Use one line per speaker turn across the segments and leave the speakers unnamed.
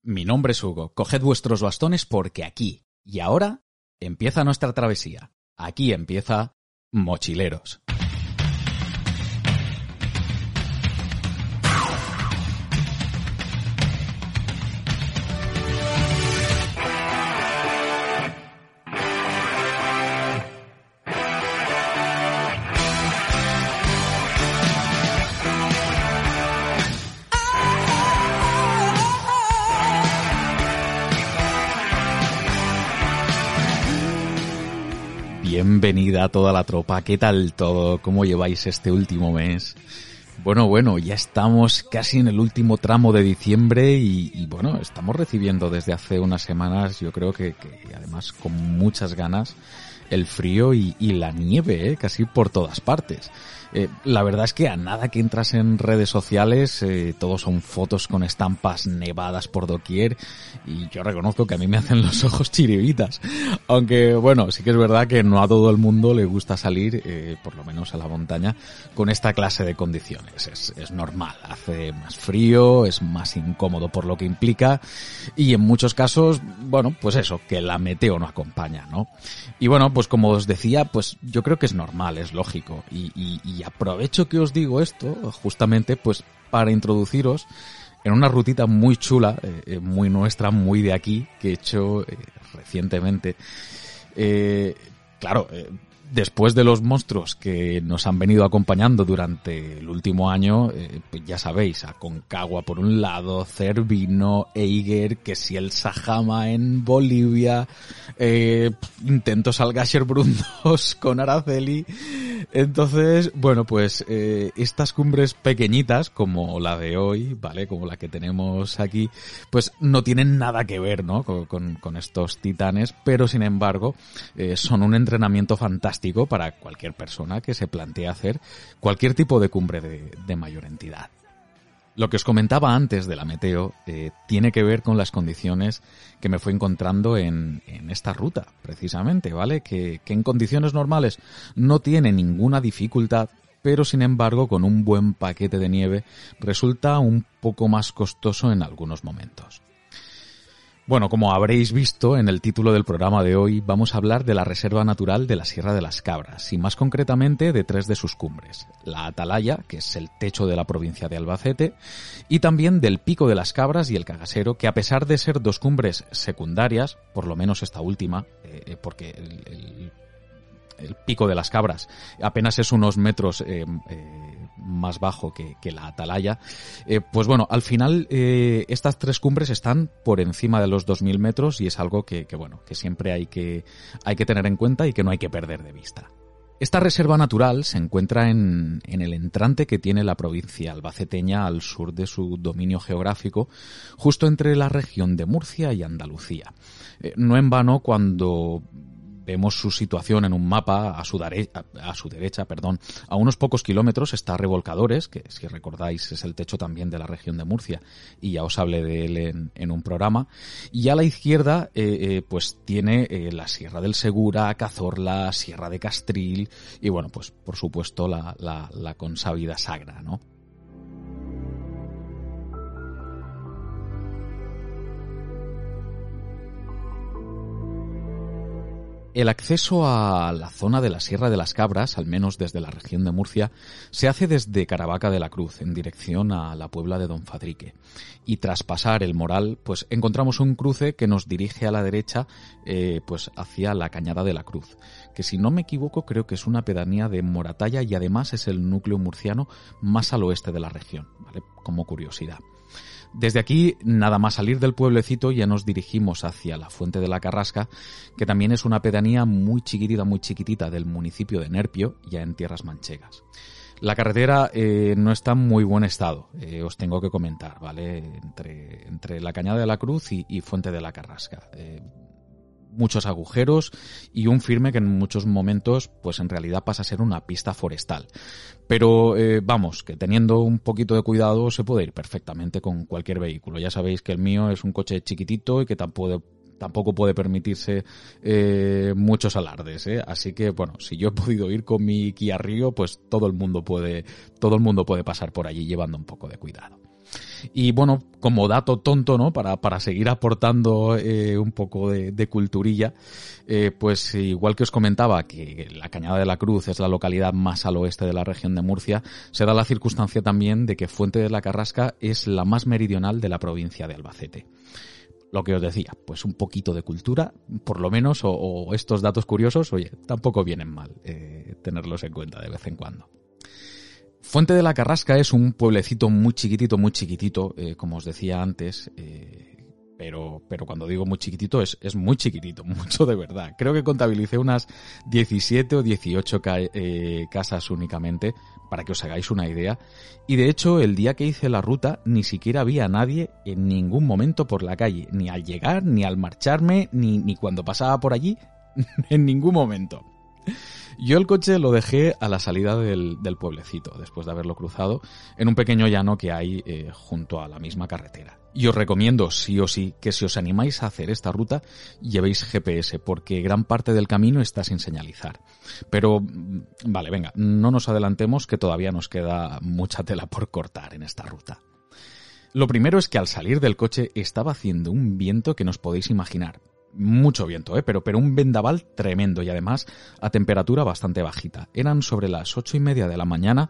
Mi nombre es Hugo. Coged vuestros bastones porque aquí y ahora empieza nuestra travesía. Aquí empieza Mochileros. Bienvenida a toda la tropa, ¿qué tal todo? ¿Cómo lleváis este último mes? Bueno, ya estamos casi en el último tramo de diciembre y bueno, estamos recibiendo desde hace unas semanas, yo creo que además con muchas ganas, el frío y la nieve, casi por todas partes. La verdad es que a nada que entras en redes sociales, todos son fotos con estampas nevadas por doquier y yo reconozco que a mí me hacen los ojos chiribitas. Aunque bueno, sí que es verdad que no a todo el mundo le gusta salir, por lo menos a la montaña, con esta clase de condiciones. Es normal, hace más frío, es más incómodo por lo que implica y en muchos casos, bueno, pues eso, que la meteo no acompaña, ¿no? Y bueno, pues como os decía, pues yo creo que es normal, es lógico y aprovecho que os digo esto justamente pues para introduciros en una rutita muy chula, muy nuestra, muy de aquí, que he hecho recientemente. Después de los monstruos que nos han venido acompañando durante el último año, pues ya sabéis, Aconcagua por un lado, Cervino, Eiger, que si el Sajama en Bolivia, intentos al Gasherbrum 2 con Araceli. Entonces, bueno, pues estas cumbres pequeñitas, como la de hoy, ¿vale? Como la que tenemos aquí, pues no tienen nada que ver, ¿no? Con estos titanes, pero sin embargo, son un entrenamiento fantástico para cualquier persona que se plantee hacer cualquier tipo de cumbre de mayor entidad. Lo que os comentaba antes de la meteo tiene que ver con las condiciones que me fui encontrando en esta ruta, precisamente, ¿vale? Que en condiciones normales no tiene ninguna dificultad, pero sin embargo con un buen paquete de nieve resulta un poco más costoso en algunos momentos. Bueno, como habréis visto en el título del programa de hoy, vamos a hablar de la Reserva Natural de la Sierra de las Cabras, y más concretamente de tres de sus cumbres. La Atalaya, que es el techo de la provincia de Albacete, y también del Pico de las Cabras y el Cagasero, que a pesar de ser dos cumbres secundarias, por lo menos esta última, porque el Pico de las Cabras apenas es unos metros más bajo que la Atalaya, pues bueno, al final estas tres cumbres están por encima de los 2000 metros y es algo que siempre hay que tener en cuenta y que no hay que perder de vista. Esta reserva natural se encuentra en el entrante que tiene la provincia albaceteña al sur de su dominio geográfico, justo entre la región de Murcia y Andalucía. No en vano, cuando vemos su situación en un mapa a su derecha, a unos pocos kilómetros está Revolcadores, que si recordáis es el techo también de la región de Murcia y ya os hablé de él en un programa, y a la izquierda pues tiene la Sierra del Segura, Cazorla, Sierra de Castril y bueno, pues por supuesto la consabida Sagra, ¿no? El acceso a la zona de la Sierra de las Cabras, al menos desde la región de Murcia, se hace desde Caravaca de la Cruz, en dirección a la Puebla de Don Fadrique. Y tras pasar el Moral, pues encontramos un cruce que nos dirige a la derecha, pues hacia la Cañada de la Cruz, que si no me equivoco creo que es una pedanía de Moratalla y además es el núcleo murciano más al oeste de la región, ¿vale? Como curiosidad. Desde aquí, nada más salir del pueblecito, ya nos dirigimos hacia la Fuente de la Carrasca, que también es una pedanía muy chiquitita del municipio de Nerpio, ya en tierras manchegas. La carretera no está en muy buen estado, os tengo que comentar, ¿vale? Entre la Cañada de la Cruz y Fuente de la Carrasca. Muchos agujeros y un firme que en muchos momentos pues en realidad pasa a ser una pista forestal. Pero vamos, que teniendo un poquito de cuidado se puede ir perfectamente con cualquier vehículo. Ya sabéis que el mío es un coche chiquitito y que tampoco puede permitirse muchos alardes, ¿eh? Así que bueno, si yo he podido ir con mi Kia Rio, pues todo el mundo puede pasar por allí llevando un poco de cuidado. Y bueno, como dato tonto, ¿no? Para seguir aportando un poco de culturilla, pues igual que os comentaba que la Cañada de la Cruz es la localidad más al oeste de la región de Murcia, se da la circunstancia también de que Fuente de la Carrasca es la más meridional de la provincia de Albacete. Lo que os decía, pues un poquito de cultura, por lo menos, o estos datos curiosos, oye, tampoco vienen mal tenerlos en cuenta de vez en cuando. Fuente de la Carrasca es un pueblecito muy chiquitito, como os decía antes, pero cuando digo muy chiquitito es muy chiquitito, mucho de verdad. Creo que contabilicé unas 17 o 18 casas únicamente, para que os hagáis una idea. Y de hecho, el día que hice la ruta, ni siquiera había nadie en ningún momento por la calle, ni al llegar, ni al marcharme, ni cuando pasaba por allí, en ningún momento. Yo el coche lo dejé a la salida del pueblecito, después de haberlo cruzado, en un pequeño llano que hay junto a la misma carretera. Y os recomiendo, sí o sí, que si os animáis a hacer esta ruta, llevéis GPS, porque gran parte del camino está sin señalizar. Pero, vale, venga, no nos adelantemos, que todavía nos queda mucha tela por cortar en esta ruta. Lo primero es que al salir del coche estaba haciendo un viento que no os podéis imaginar. Mucho viento, pero un vendaval tremendo y además a temperatura bastante bajita. Eran sobre las 8:30 de la mañana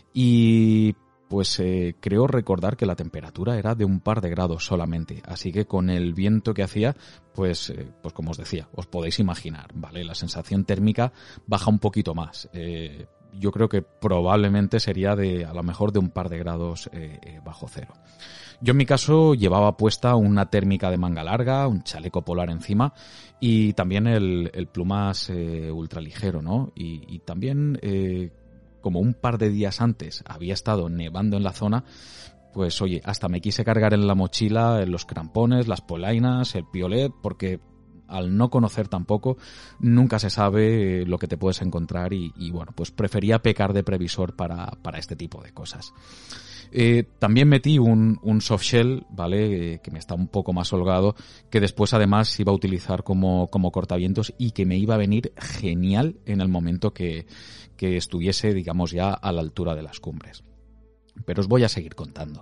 y pues creo recordar que la temperatura era de un par de grados solamente. Así que con el viento que hacía, pues como os decía, os podéis imaginar, ¿vale? La sensación térmica baja un poquito más. Yo creo que probablemente sería a lo mejor de un par de grados bajo cero. Yo en mi caso llevaba puesta una térmica de manga larga, un chaleco polar encima y también el plumas ultraligero, ¿no? Y también, como un par de días antes había estado nevando en la zona, pues oye, hasta me quise cargar en la mochila los crampones, las polainas, el piolet, porque al no conocer tampoco, nunca se sabe lo que te puedes encontrar y bueno, pues prefería pecar de previsor para este tipo de cosas. También metí un softshell, ¿vale? Que me está un poco más holgado, que después además iba a utilizar como cortavientos y que me iba a venir genial en el momento que estuviese, digamos, ya a la altura de las cumbres. Pero os voy a seguir contando.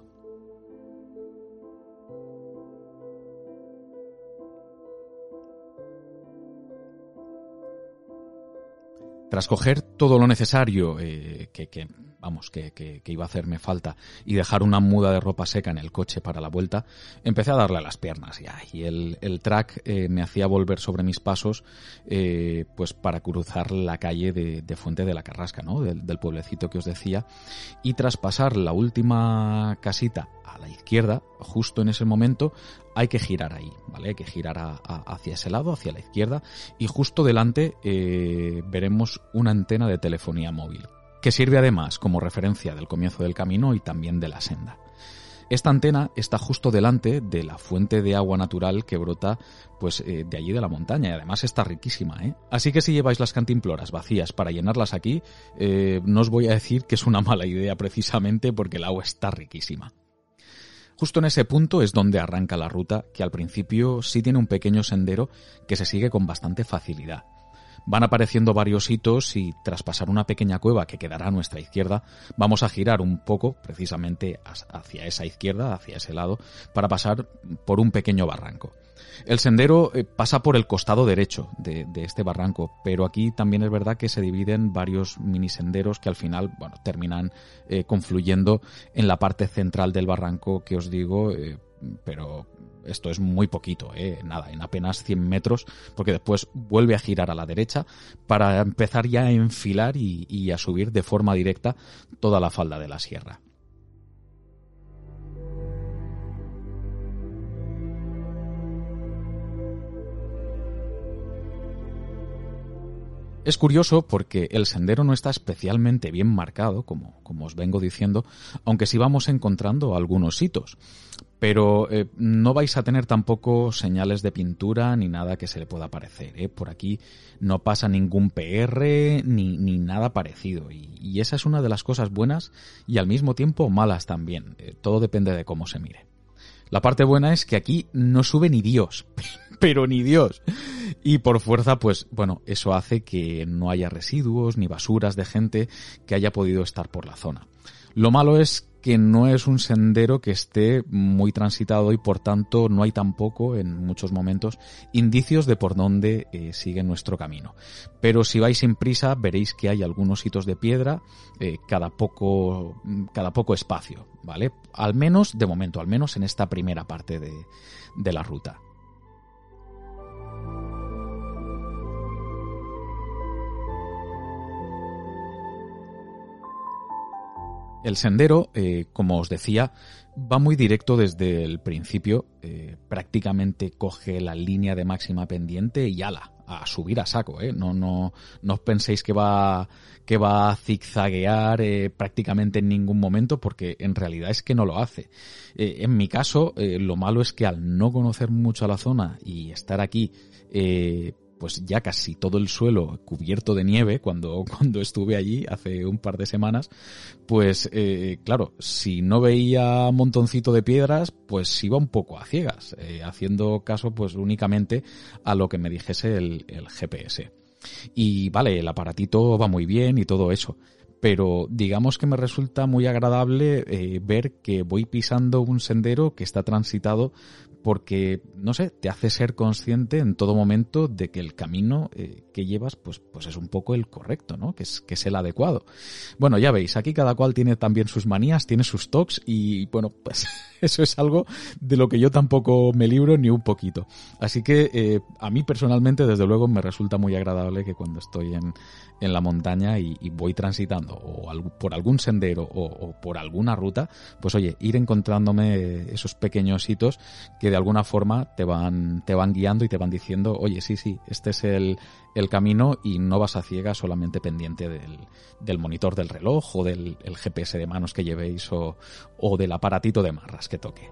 Tras coger todo lo necesario que iba a hacerme falta y dejar una muda de ropa seca en el coche para la vuelta, empecé a darle a las piernas ya, y el track me hacía volver sobre mis pasos pues para cruzar la calle de Fuente de la Carrasca, ¿no? Del pueblecito que os decía, y tras pasar la última casita a la izquierda, justo en ese momento hay que girar ahí, ¿vale? Hay que girar hacia ese lado, hacia la izquierda, y justo delante veremos una antena de telefonía móvil, que sirve además como referencia del comienzo del camino y también de la senda. Esta antena está justo delante de la fuente de agua natural que brota pues de allí de la montaña, y además está riquísima, ¿eh? Así que si lleváis las cantimploras vacías para llenarlas aquí, no os voy a decir que es una mala idea precisamente, porque el agua está riquísima. Justo en ese punto es donde arranca la ruta, que al principio sí tiene un pequeño sendero que se sigue con bastante facilidad. Van apareciendo varios hitos y tras pasar una pequeña cueva que quedará a nuestra izquierda, vamos a girar un poco precisamente hacia esa izquierda, hacia ese lado, para pasar por un pequeño barranco. El sendero pasa por el costado derecho de este barranco, pero aquí también es verdad que se dividen varios minisenderos que al final, bueno, terminan confluyendo en la parte central del barranco que os digo, pero esto es muy poquito, nada, en apenas 100 metros, porque después vuelve a girar a la derecha para empezar ya a enfilar y a subir de forma directa toda la falda de la sierra. Es curioso porque el sendero no está especialmente bien marcado, como os vengo diciendo, aunque sí vamos encontrando algunos hitos. Pero no vais a tener tampoco señales de pintura ni nada que se le pueda parecer, Por aquí no pasa ningún PR ni nada parecido. Y esa es una de las cosas buenas y al mismo tiempo malas también. Todo depende de cómo se mire. La parte buena es que aquí no sube ni Dios, pero ni Dios. Y por fuerza, pues bueno, eso hace que no haya residuos ni basuras de gente que haya podido estar por la zona. Lo malo es que no es un sendero que esté muy transitado y por tanto no hay tampoco en muchos momentos indicios de por dónde sigue nuestro camino. Pero si vais sin prisa veréis que hay algunos hitos de piedra cada poco espacio, ¿vale? Al menos de momento, al menos en esta primera parte de la ruta. El sendero, como os decía, va muy directo desde el principio, prácticamente coge la línea de máxima pendiente y ala, a subir a saco, no os penséis que va a zigzaguear prácticamente en ningún momento, porque en realidad es que no lo hace. En mi caso, lo malo es que al no conocer mucho la zona y estar aquí, pues ya casi todo el suelo cubierto de nieve cuando estuve allí hace un par de semanas, pues claro, si no veía un montoncito de piedras, pues iba un poco a ciegas, haciendo caso pues únicamente a lo que me dijese el GPS. Y vale, el aparatito va muy bien y todo eso, pero digamos que me resulta muy agradable ver que voy pisando un sendero que está transitado, porque, no sé, te hace ser consciente en todo momento de que el camino que llevas pues es un poco el correcto, ¿no? Que es el adecuado. Bueno, ya veis, aquí cada cual tiene también sus manías, tiene sus tocs y, bueno, pues eso es algo de lo que yo tampoco me libro ni un poquito. Así que a mí personalmente, desde luego, me resulta muy agradable que cuando estoy en la montaña y voy transitando o por algún sendero o por alguna ruta, pues oye, ir encontrándome esos pequeños hitos que de alguna forma te van guiando y te van diciendo, oye, sí, este es el camino y no vas a ciegas solamente pendiente del monitor del reloj o del GPS de manos que llevéis o del aparatito de marras que toque.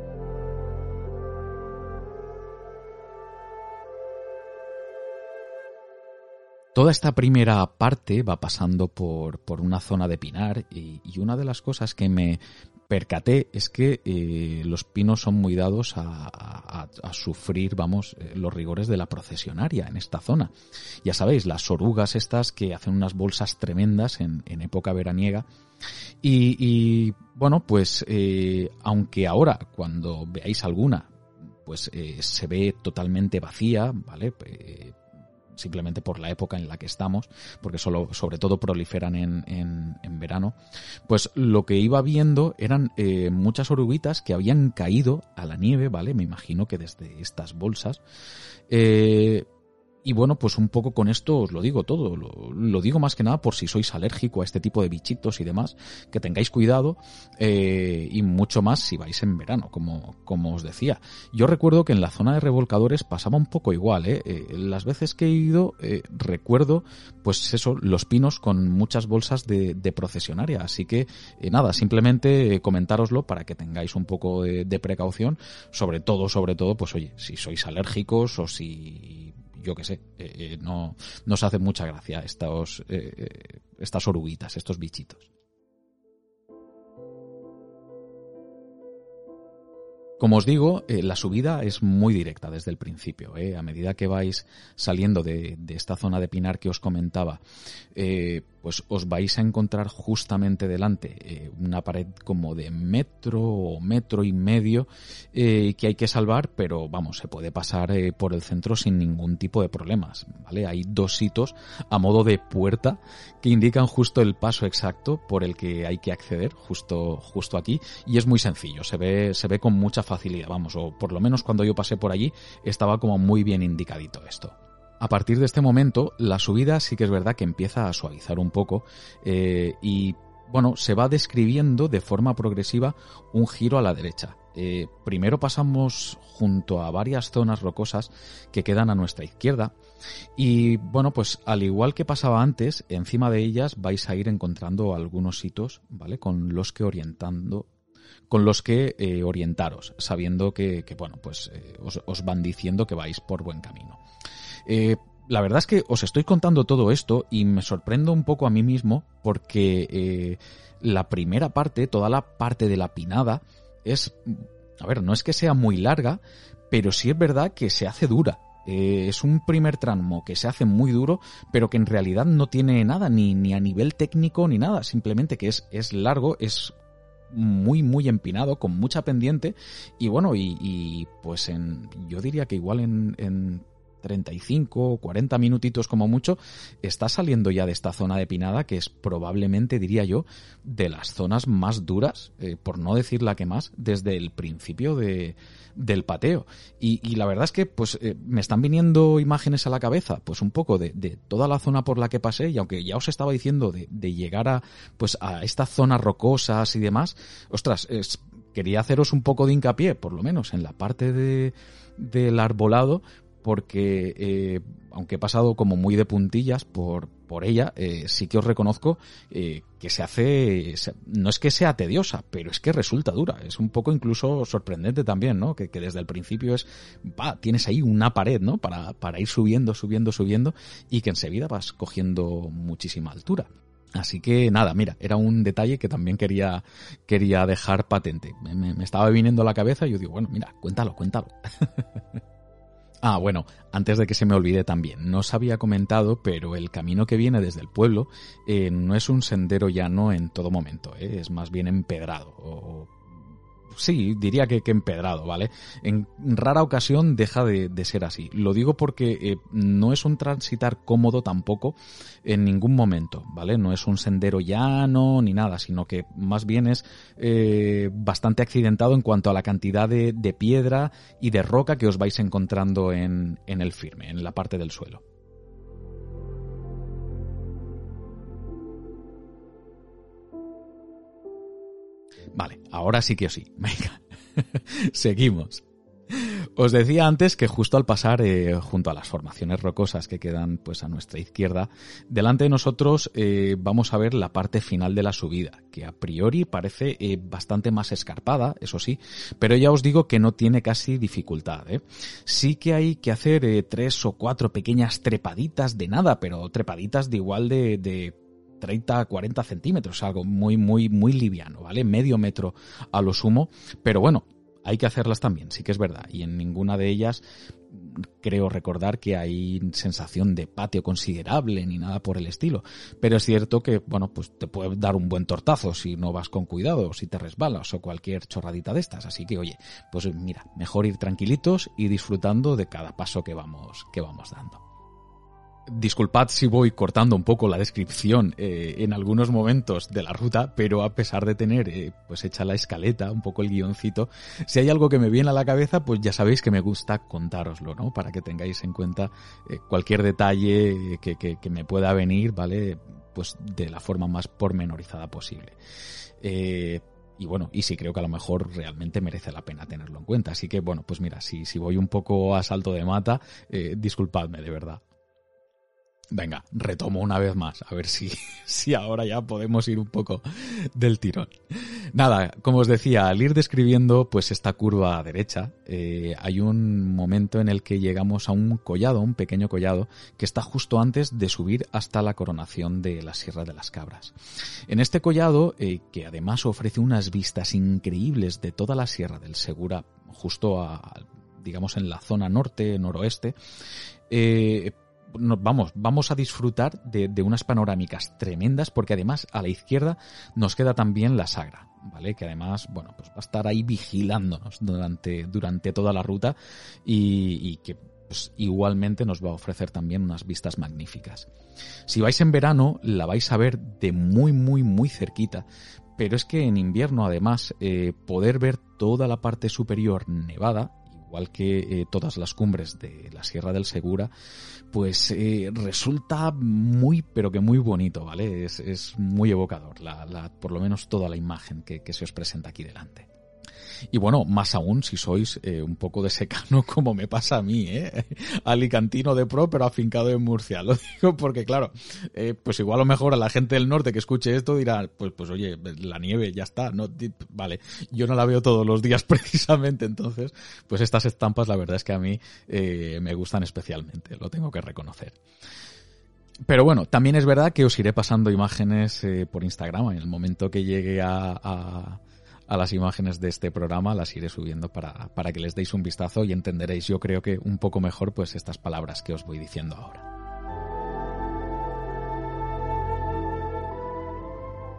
Toda esta primera parte va pasando por una zona de pinar y una de las cosas que me percaté es que los pinos son muy dados a sufrir, los rigores de la procesionaria en esta zona. Ya sabéis, las orugas estas que hacen unas bolsas tremendas en época veraniega. Y bueno, pues aunque ahora cuando veáis alguna, pues se ve totalmente vacía, ¿vale? Simplemente por la época en la que estamos, porque sobre todo proliferan en verano, pues lo que iba viendo eran muchas oruguitas que habían caído a la nieve, ¿vale? Me imagino que desde estas bolsas. Y bueno, pues un poco con esto os lo digo todo, lo digo más que nada por si sois alérgico a este tipo de bichitos y demás, que tengáis cuidado y mucho más si vais en verano, como os decía. Yo recuerdo que en la zona de revolcadores pasaba un poco igual, las veces que he ido recuerdo, pues eso, los pinos con muchas bolsas de procesionaria, así que nada, simplemente comentároslo para que tengáis un poco de precaución, sobre todo, pues oye, si sois alérgicos o si yo qué sé, no os hace mucha gracia estas oruguitas, estos bichitos. Como os digo, la subida es muy directa desde el principio. A medida que vais saliendo de esta zona de pinar que os comentaba, pues os vais a encontrar justamente delante una pared como de metro o metro y medio que hay que salvar, pero vamos, se puede pasar por el centro sin ningún tipo de problemas, ¿vale? Hay dos hitos a modo de puerta que indican justo el paso exacto por el que hay que acceder, justo aquí, y es muy sencillo, se ve con mucha facilidad, o por lo menos cuando yo pasé por allí estaba como muy bien indicadito esto. A partir de este momento, la subida sí que es verdad que empieza a suavizar un poco y bueno, se va describiendo de forma progresiva un giro a la derecha. Primero pasamos junto a varias zonas rocosas que quedan a nuestra izquierda y bueno, pues al igual que pasaba antes, encima de ellas vais a ir encontrando algunos hitos, ¿vale? Con los que orientaros, sabiendo que bueno, pues os van diciendo que vais por buen camino. La verdad es que os estoy contando todo esto y me sorprendo un poco a mí mismo porque la primera parte, toda la parte de la pinada no es que sea muy larga, pero sí es verdad que se hace dura. Es un primer tramo que se hace muy duro, pero que en realidad no tiene nada, ni a nivel técnico ni nada, simplemente que es largo, es muy, muy empinado, con mucha pendiente, y bueno, y pues yo diría que igual en 35 o 40 minutitos como mucho, está saliendo ya de esta zona de pinada, que es probablemente, diría yo, de las zonas más duras, por no decir la que más, desde el principio del pateo. Y la verdad es que pues me están viniendo imágenes a la cabeza, pues un poco de toda la zona por la que pasé, y aunque ya os estaba diciendo de llegar a estas zonas rocosas y demás, ostras, quería haceros un poco de hincapié, por lo menos en la parte del arbolado, porque aunque he pasado como muy de puntillas por ella, sí que os reconozco que no es que sea tediosa, pero es que resulta dura. Es un poco incluso sorprendente también, ¿no? Que desde el principio tienes ahí una pared, ¿no? Para ir subiendo, y que enseguida vas cogiendo muchísima altura. Así que nada, mira, era un detalle que también quería dejar patente. Me estaba viniendo a la cabeza y yo digo, bueno, mira, cuéntalo. Ah, bueno, antes de que se me olvide también, no os había comentado, pero el camino que viene desde el pueblo no es un sendero llano en todo momento, es más bien empedrado, sí, diría que empedrado, ¿vale? En rara ocasión deja de ser así. Lo digo porque no es un transitar cómodo tampoco en ningún momento, ¿vale? No es un sendero llano ni nada, sino que más bien es bastante accidentado en cuanto a la cantidad de piedra y de roca que os vais encontrando en el firme, en la parte del suelo. Vale, ahora sí que os sí. Venga, seguimos. Os decía antes que justo al pasar junto a las formaciones rocosas que quedan pues a nuestra izquierda, delante de nosotros vamos a ver la parte final de la subida, que a priori parece bastante más escarpada, eso sí, pero ya os digo que no tiene casi dificultad. Sí que hay que hacer 3 o 4 pequeñas trepaditas de nada, pero trepaditas de igual de 30 a 40 centímetros, algo muy, muy, muy liviano, ¿vale? Medio metro a lo sumo, pero bueno, hay que hacerlas también, sí que es verdad, y en ninguna de ellas creo recordar que hay sensación de patio considerable ni nada por el estilo, pero es cierto que, bueno, pues te puede dar un buen tortazo si no vas con cuidado, si te resbalas o cualquier chorradita de estas, así que oye, pues mira, mejor ir tranquilitos y disfrutando de cada paso que vamos dando. Disculpad si voy cortando un poco la descripción en algunos momentos de la ruta, pero a pesar de tener pues hecha la escaleta, un poco el guioncito, si hay algo que me viene a la cabeza, pues ya sabéis que me gusta contároslo, ¿no? Para que tengáis en cuenta cualquier detalle que me pueda venir, ¿vale? Pues de la forma más pormenorizada posible. Y bueno, y sí creo que a lo mejor realmente merece la pena tenerlo en cuenta. Así que bueno, pues mira, si voy un poco a salto de mata, disculpadme de verdad. Venga, retomo una vez más, a ver si ahora ya podemos ir un poco del tirón. Nada, como os decía, al ir describiendo pues esta curva a derecha, hay un momento en el que llegamos a un collado, un pequeño collado, que está justo antes de subir hasta la coronación de la Sierra de las Cabras. En este collado, que además ofrece unas vistas increíbles de toda la Sierra del Segura, justo digamos en la zona norte-noroeste, vamos a disfrutar de unas panorámicas tremendas, porque además a la izquierda nos queda también la Sagra, ¿vale? Que además, bueno, pues va a estar ahí vigilándonos durante toda la ruta y que pues, igualmente nos va a ofrecer también unas vistas magníficas. Si vais en verano la vais a ver de muy, muy, muy cerquita, pero es que en invierno además poder ver toda la parte superior nevada, igual que todas las cumbres de la Sierra del Segura, pues resulta muy, pero que muy bonito, ¿vale? Es muy evocador, por lo menos toda la imagen que se os presenta aquí delante. Y bueno, más aún si sois un poco de secano como me pasa a mí, alicantino de pro pero afincado en Murcia. Lo digo porque claro, pues igual a lo mejor a la gente del norte que escuche esto dirá, pues oye, la nieve ya está, no, vale, yo no la veo todos los días precisamente, entonces pues estas estampas la verdad es que a mí me gustan especialmente, lo tengo que reconocer. Pero bueno, también es verdad que os iré pasando imágenes por Instagram en el momento que llegue a las imágenes de este programa, las iré subiendo para que les deis un vistazo y entenderéis, yo creo que un poco mejor, pues estas palabras que os voy diciendo ahora.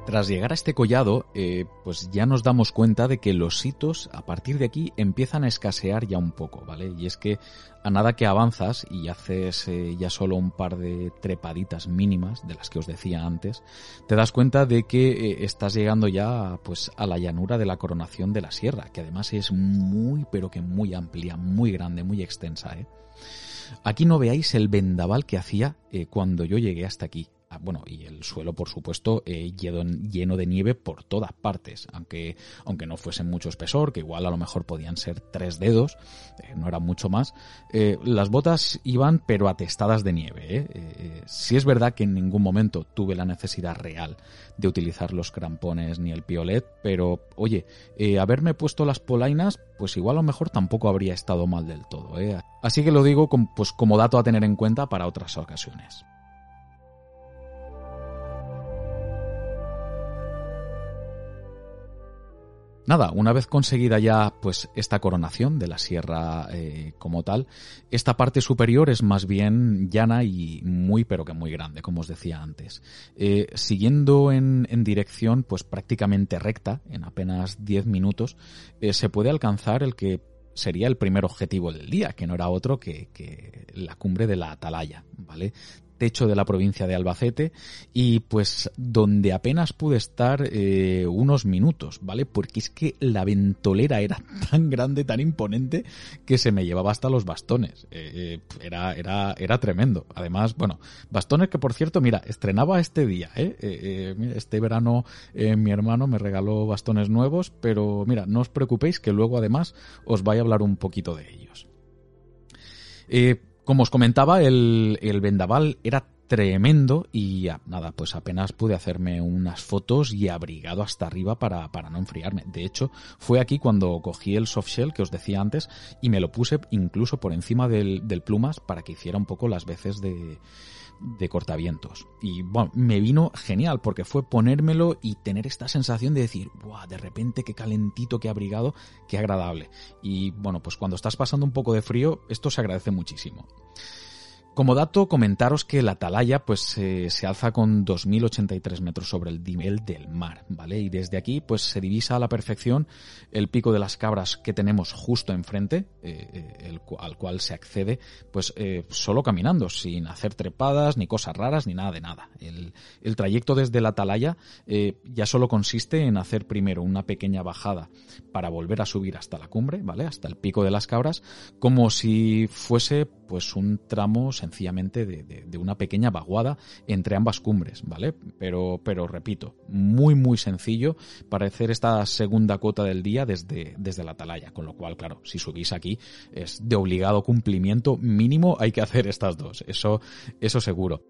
Tras llegar a este collado, pues ya nos damos cuenta de que los hitos a partir de aquí empiezan a escasear ya un poco, ¿vale? Y es que a nada que avanzas y haces ya solo un par de trepaditas mínimas, de las que os decía antes, te das cuenta de que estás llegando ya pues a la llanura de la Coronación de la Sierra, que además es muy, pero que muy amplia, muy grande, muy extensa, ¿eh? Aquí no veáis el vendaval que hacía cuando yo llegué hasta aquí. Bueno, y el suelo, por supuesto, lleno de nieve por todas partes, aunque no fuese mucho espesor, que igual a lo mejor podían ser 3 dedos, no era mucho más. Las botas iban pero atestadas de nieve. Sí es verdad que en ningún momento tuve la necesidad real de utilizar los crampones ni el piolet, pero oye, haberme puesto las polainas, pues igual a lo mejor tampoco habría estado mal del todo. Así que lo digo pues como dato a tener en cuenta para otras ocasiones. Nada, una vez conseguida ya pues esta coronación de la sierra como tal, esta parte superior es más bien llana y muy pero que muy grande, como os decía antes. Siguiendo en dirección pues prácticamente recta, en apenas 10 minutos, se puede alcanzar el que sería el primer objetivo del día, que no era otro que la cumbre de la Atalaya, ¿vale? Techo de la provincia de Albacete y pues donde apenas pude estar unos minutos, ¿vale? Porque es que la ventolera era tan grande, tan imponente que se me llevaba hasta los bastones. Era tremendo. Además, bueno, bastones que por cierto, mira, estrenaba este día, este verano mi hermano me regaló bastones nuevos, pero mira, no os preocupéis que luego además os voy a hablar un poquito de ellos. Como os comentaba, el vendaval era tremendo y nada, pues apenas pude hacerme unas fotos y abrigado hasta arriba para no enfriarme. De hecho, fue aquí cuando cogí el softshell que os decía antes y me lo puse incluso por encima del plumas para que hiciera un poco las veces de cortavientos. Y bueno, me vino genial porque fue ponérmelo y tener esta sensación de decir, ¡buah! De repente qué calentito, qué abrigado, qué agradable. Y bueno, pues cuando estás pasando un poco de frío, esto se agradece muchísimo. Como dato, comentaros que la Atalaya pues se alza con 2.083 metros sobre el nivel del mar, ¿vale? Y desde aquí pues se divisa a la perfección el Pico de las Cabras que tenemos justo enfrente, al cual se accede pues solo caminando, sin hacer trepadas, ni cosas raras, ni nada de nada. El trayecto desde la Atalaya ya solo consiste en hacer primero una pequeña bajada para volver a subir hasta la cumbre, ¿vale? Hasta el Pico de las Cabras, como si fuese pues un tramo sencillamente de una pequeña vaguada entre ambas cumbres, ¿vale? Pero repito, muy muy sencillo para hacer esta segunda cota del día desde la Atalaya, con lo cual, claro, si subís aquí es de obligado cumplimiento mínimo, hay que hacer estas dos, eso seguro.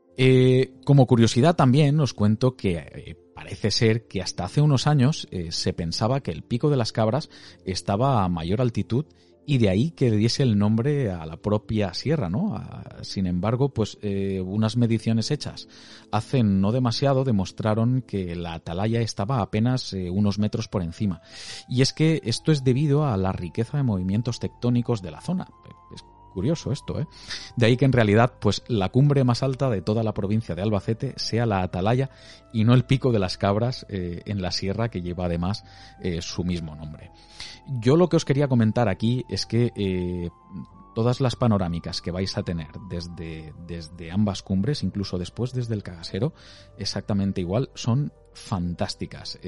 Como curiosidad también os cuento que parece ser que hasta hace unos años se pensaba que el Pico de las Cabras estaba a mayor altitud y de ahí que le diese el nombre a la propia sierra, ¿no? Sin embargo, pues unas mediciones hechas hace no demasiado demostraron que la Atalaya estaba apenas unos metros por encima. Y es que esto es debido a la riqueza de movimientos tectónicos de la zona. Es curioso esto, ¿eh? De ahí que en realidad pues la cumbre más alta de toda la provincia de Albacete sea la Atalaya y no el Pico de las Cabras en la sierra que lleva además su mismo nombre. Yo lo que os quería comentar aquí es que todas las panorámicas que vais a tener desde ambas cumbres, incluso después desde el Cagasero, exactamente igual, son fantásticas.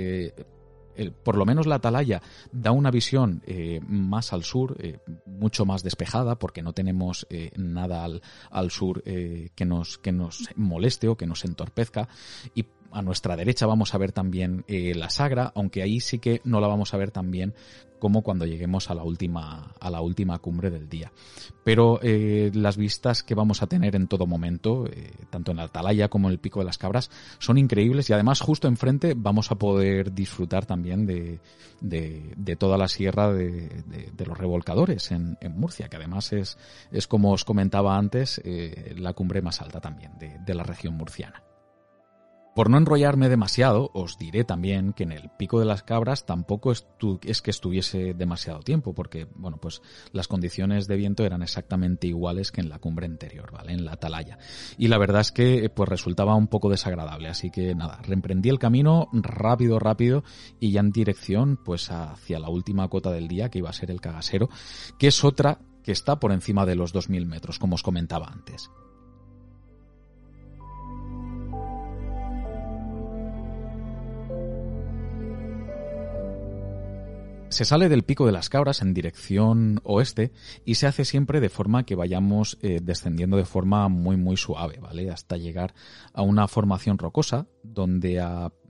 Por lo menos la Atalaya da una visión más al sur, mucho más despejada, porque no tenemos nada al sur que nos moleste o que nos entorpezca, y a nuestra derecha vamos a ver también la Sagra, aunque ahí sí que no la vamos a ver tan bien como cuando lleguemos a la última cumbre del día. Pero las vistas que vamos a tener en todo momento, tanto en la Atalaya como en el Pico de las Cabras, son increíbles y además justo enfrente vamos a poder disfrutar también de toda la sierra de los Revolcadores en Murcia, que además es como os comentaba antes, la cumbre más alta también de la región murciana. Por no enrollarme demasiado, os diré también que en el Pico de las Cabras tampoco es que estuviese demasiado tiempo, porque, bueno, pues las condiciones de viento eran exactamente iguales que en la cumbre anterior, ¿vale? En la atalaya. Y la verdad es que, pues resultaba un poco desagradable, así que nada, reemprendí el camino rápido, y ya en dirección, pues hacia la última cota del día, que iba a ser el Cagasero, que es otra que está por encima de los 2000 metros, como os comentaba antes. Se sale del Pico de las Cabras en dirección oeste y se hace siempre de forma que vayamos descendiendo de forma muy suave, ¿vale? Hasta llegar a una formación rocosa donde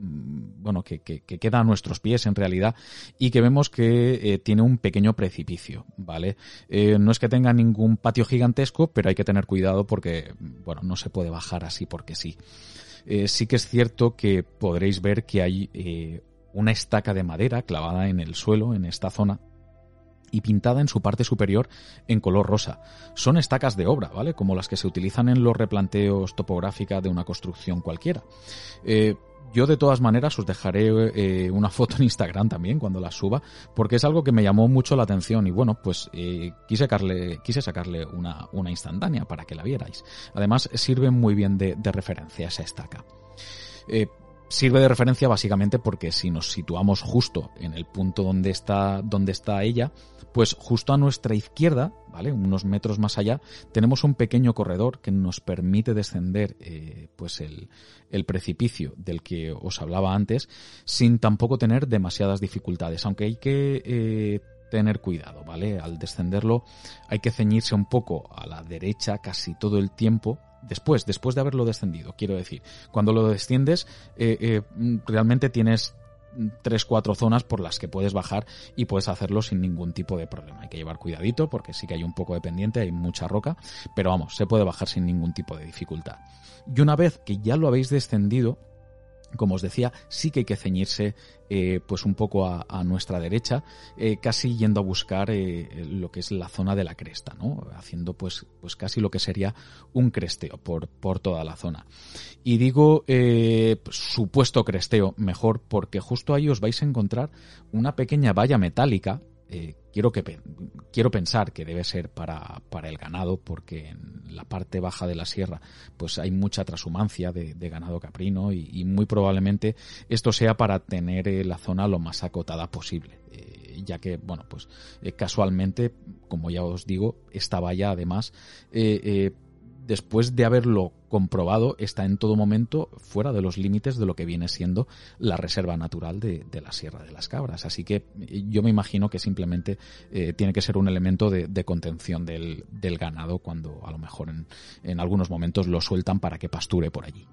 que queda a nuestros pies en realidad, y que vemos que tiene un pequeño precipicio, ¿vale? No es que tenga ningún patio gigantesco, pero hay que tener cuidado porque, bueno, no se puede bajar así porque sí. Sí que es cierto que podréis ver que hay una estaca de madera clavada en el suelo en esta zona y pintada en su parte superior en color rosa. Son estacas de obra, ¿vale? Como las que se utilizan en los replanteos topográficos de una construcción cualquiera. Yo de todas maneras os dejaré una foto en Instagram también cuando la suba, porque es algo que me llamó mucho la atención y bueno, pues quise sacarle una instantánea para que la vierais. Además sirve muy bien de referencia esa estaca. Sirve de referencia básicamente porque si nos situamos justo en el punto donde está ella, pues justo a nuestra izquierda, ¿vale? Unos metros más allá, tenemos un pequeño corredor que nos permite descender pues el precipicio del que os hablaba antes, sin tampoco tener demasiadas dificultades, aunque hay que tener cuidado, ¿vale? Al descenderlo hay que ceñirse un poco a la derecha casi todo el tiempo. Después de haberlo descendido, quiero decir, cuando lo desciendes realmente tienes 3-4 zonas por las que puedes bajar y puedes hacerlo sin ningún tipo de problema. Hay que llevar cuidadito porque sí que hay un poco de pendiente, hay mucha roca, pero vamos, se puede bajar sin ningún tipo de dificultad. Y una vez que ya lo habéis descendido, como os decía, sí que hay que ceñirse pues un poco a nuestra derecha, casi yendo a buscar lo que es la zona de la cresta, ¿no? Haciendo pues casi lo que sería un cresteo por toda la zona. Y digo supuesto cresteo mejor porque justo ahí os vais a encontrar una pequeña valla metálica. Quiero pensar que debe ser para el ganado, porque en la parte baja de la sierra pues hay mucha transhumancia de ganado caprino y muy probablemente esto sea para tener la zona lo más acotada posible, ya que, bueno, pues casualmente, como ya os digo, esta valla además después de haberlo comprobado, está en todo momento fuera de los límites de lo que viene siendo la reserva natural de la Sierra de las Cabras. Así que yo me imagino que simplemente tiene que ser un elemento de contención del ganado cuando a lo mejor en algunos momentos lo sueltan para que pasture por allí.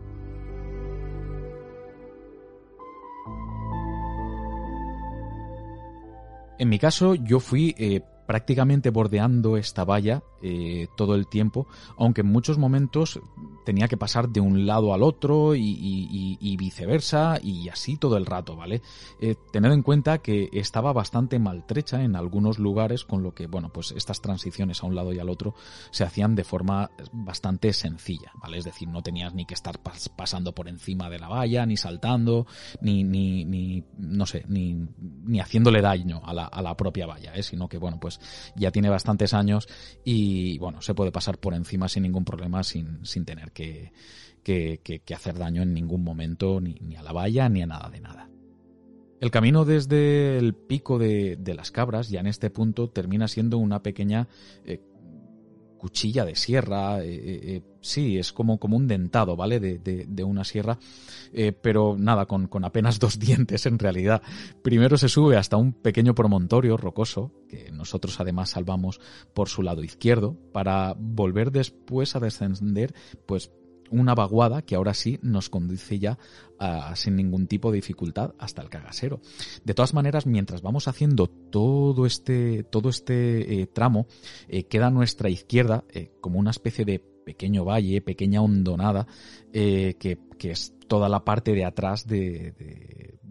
En mi caso, yo fui prácticamente bordeando esta valla todo el tiempo, aunque en muchos momentos tenía que pasar de un lado al otro y viceversa, y así todo el rato, ¿vale? Tened en cuenta que estaba bastante maltrecha en algunos lugares, con lo que, bueno, pues estas transiciones a un lado y al otro se hacían de forma bastante sencilla, ¿vale? Es decir, no tenías ni que estar pasando por encima de la valla, ni saltando, ni haciéndole daño a la propia valla, sino que, bueno, pues ya tiene bastantes años y, bueno, se puede pasar por encima sin ningún problema, sin tener que hacer daño en ningún momento ni a la valla ni a nada de nada. El camino desde el Pico de las Cabras ya en este punto termina siendo una pequeña cuchilla de sierra, sí, es como un dentado, ¿vale? De una sierra, pero nada, con apenas 2 dientes en realidad. Primero se sube hasta un pequeño promontorio rocoso, que nosotros además salvamos por su lado izquierdo, para volver después a descender, pues, una vaguada que ahora sí nos conduce ya sin ningún tipo de dificultad hasta el Cagasero. De todas maneras, mientras vamos haciendo todo este tramo, queda a nuestra izquierda como una especie de pequeño valle, pequeña hondonada, que es toda la parte de atrás de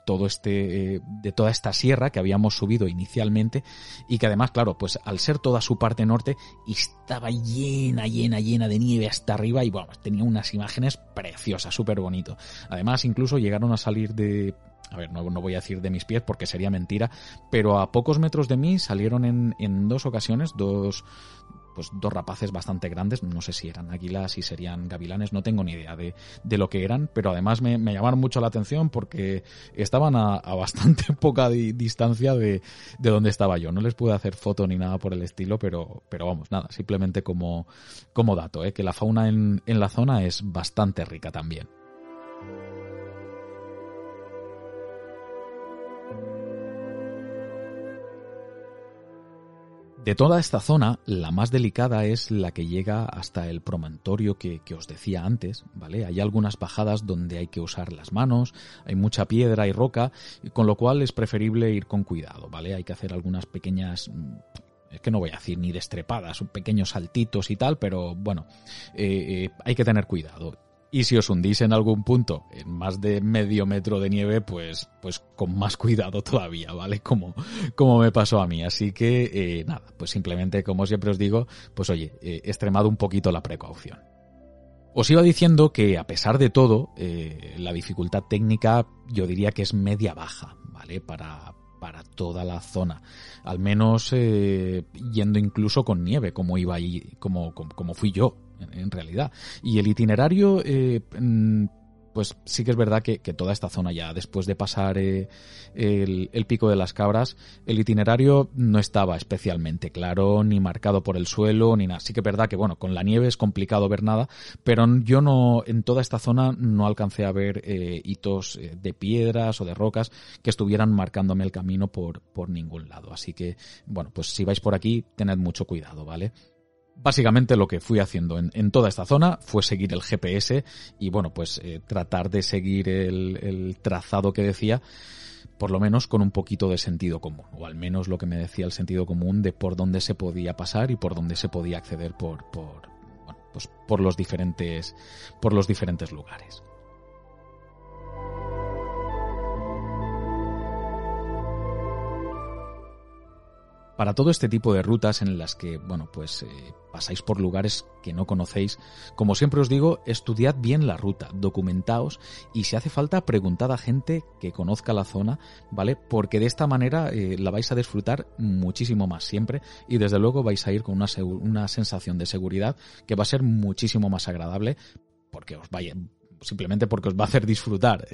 de toda esta sierra que habíamos subido inicialmente y que además, claro, pues al ser toda su parte norte estaba llena de nieve hasta arriba y bueno, tenía unas imágenes preciosas, súper bonito. Además, incluso llegaron a salir no voy a decir de mis pies porque sería mentira, pero a pocos metros de mí salieron en 2 ocasiones dos rapaces bastante grandes, no sé si eran águilas, si serían gavilanes, no tengo ni idea de lo que eran, pero además me llamaron mucho la atención porque estaban a bastante poca distancia de donde estaba yo. No les pude hacer foto ni nada por el estilo, pero vamos, nada, simplemente como dato, que la fauna en la zona es bastante rica también. De toda esta zona, la más delicada es la que llega hasta el promontorio que os decía antes, ¿vale? Hay algunas bajadas donde hay que usar las manos, hay mucha piedra y roca, con lo cual es preferible ir con cuidado, ¿vale? Hay que hacer algunas pequeñas... Es que no voy a decir ni destrepadas, pequeños saltitos y tal, pero bueno, hay que tener cuidado. Y si os hundís en algún punto en más de medio metro de nieve, pues con más cuidado todavía, ¿vale? Como me pasó a mí. Así que, nada, pues simplemente, como siempre os digo, pues oye, extremad un poquito la precaución. Os iba diciendo que, a pesar de todo, la dificultad técnica yo diría que es media-baja, ¿vale? Para toda la zona. Al menos yendo incluso con nieve, como iba ahí, como fui yo. En realidad. Y el itinerario, pues sí que es verdad que toda esta zona ya, después de pasar el Pico de las Cabras, el itinerario no estaba especialmente claro, ni marcado por el suelo, ni nada. Sí que es verdad que, bueno, con la nieve es complicado ver nada, pero yo en toda esta zona no alcancé a ver hitos de piedras o de rocas que estuvieran marcándome el camino por ningún lado. Así que, bueno, pues si vais por aquí, tened mucho cuidado, ¿vale? Básicamente lo que fui haciendo en toda esta zona fue seguir el GPS y bueno, pues tratar de seguir el trazado que decía, por lo menos con un poquito de sentido común, o al menos lo que me decía el sentido común de por dónde se podía pasar y por dónde se podía acceder por los diferentes lugares. Para todo este tipo de rutas en las que, bueno, pues pasáis por lugares que no conocéis, como siempre os digo, estudiad bien la ruta, documentaos y si hace falta preguntad a gente que conozca la zona, ¿vale? Porque de esta manera la vais a disfrutar muchísimo más siempre y desde luego vais a ir con una sensación de seguridad que va a ser muchísimo más agradable simplemente porque os va a hacer disfrutar.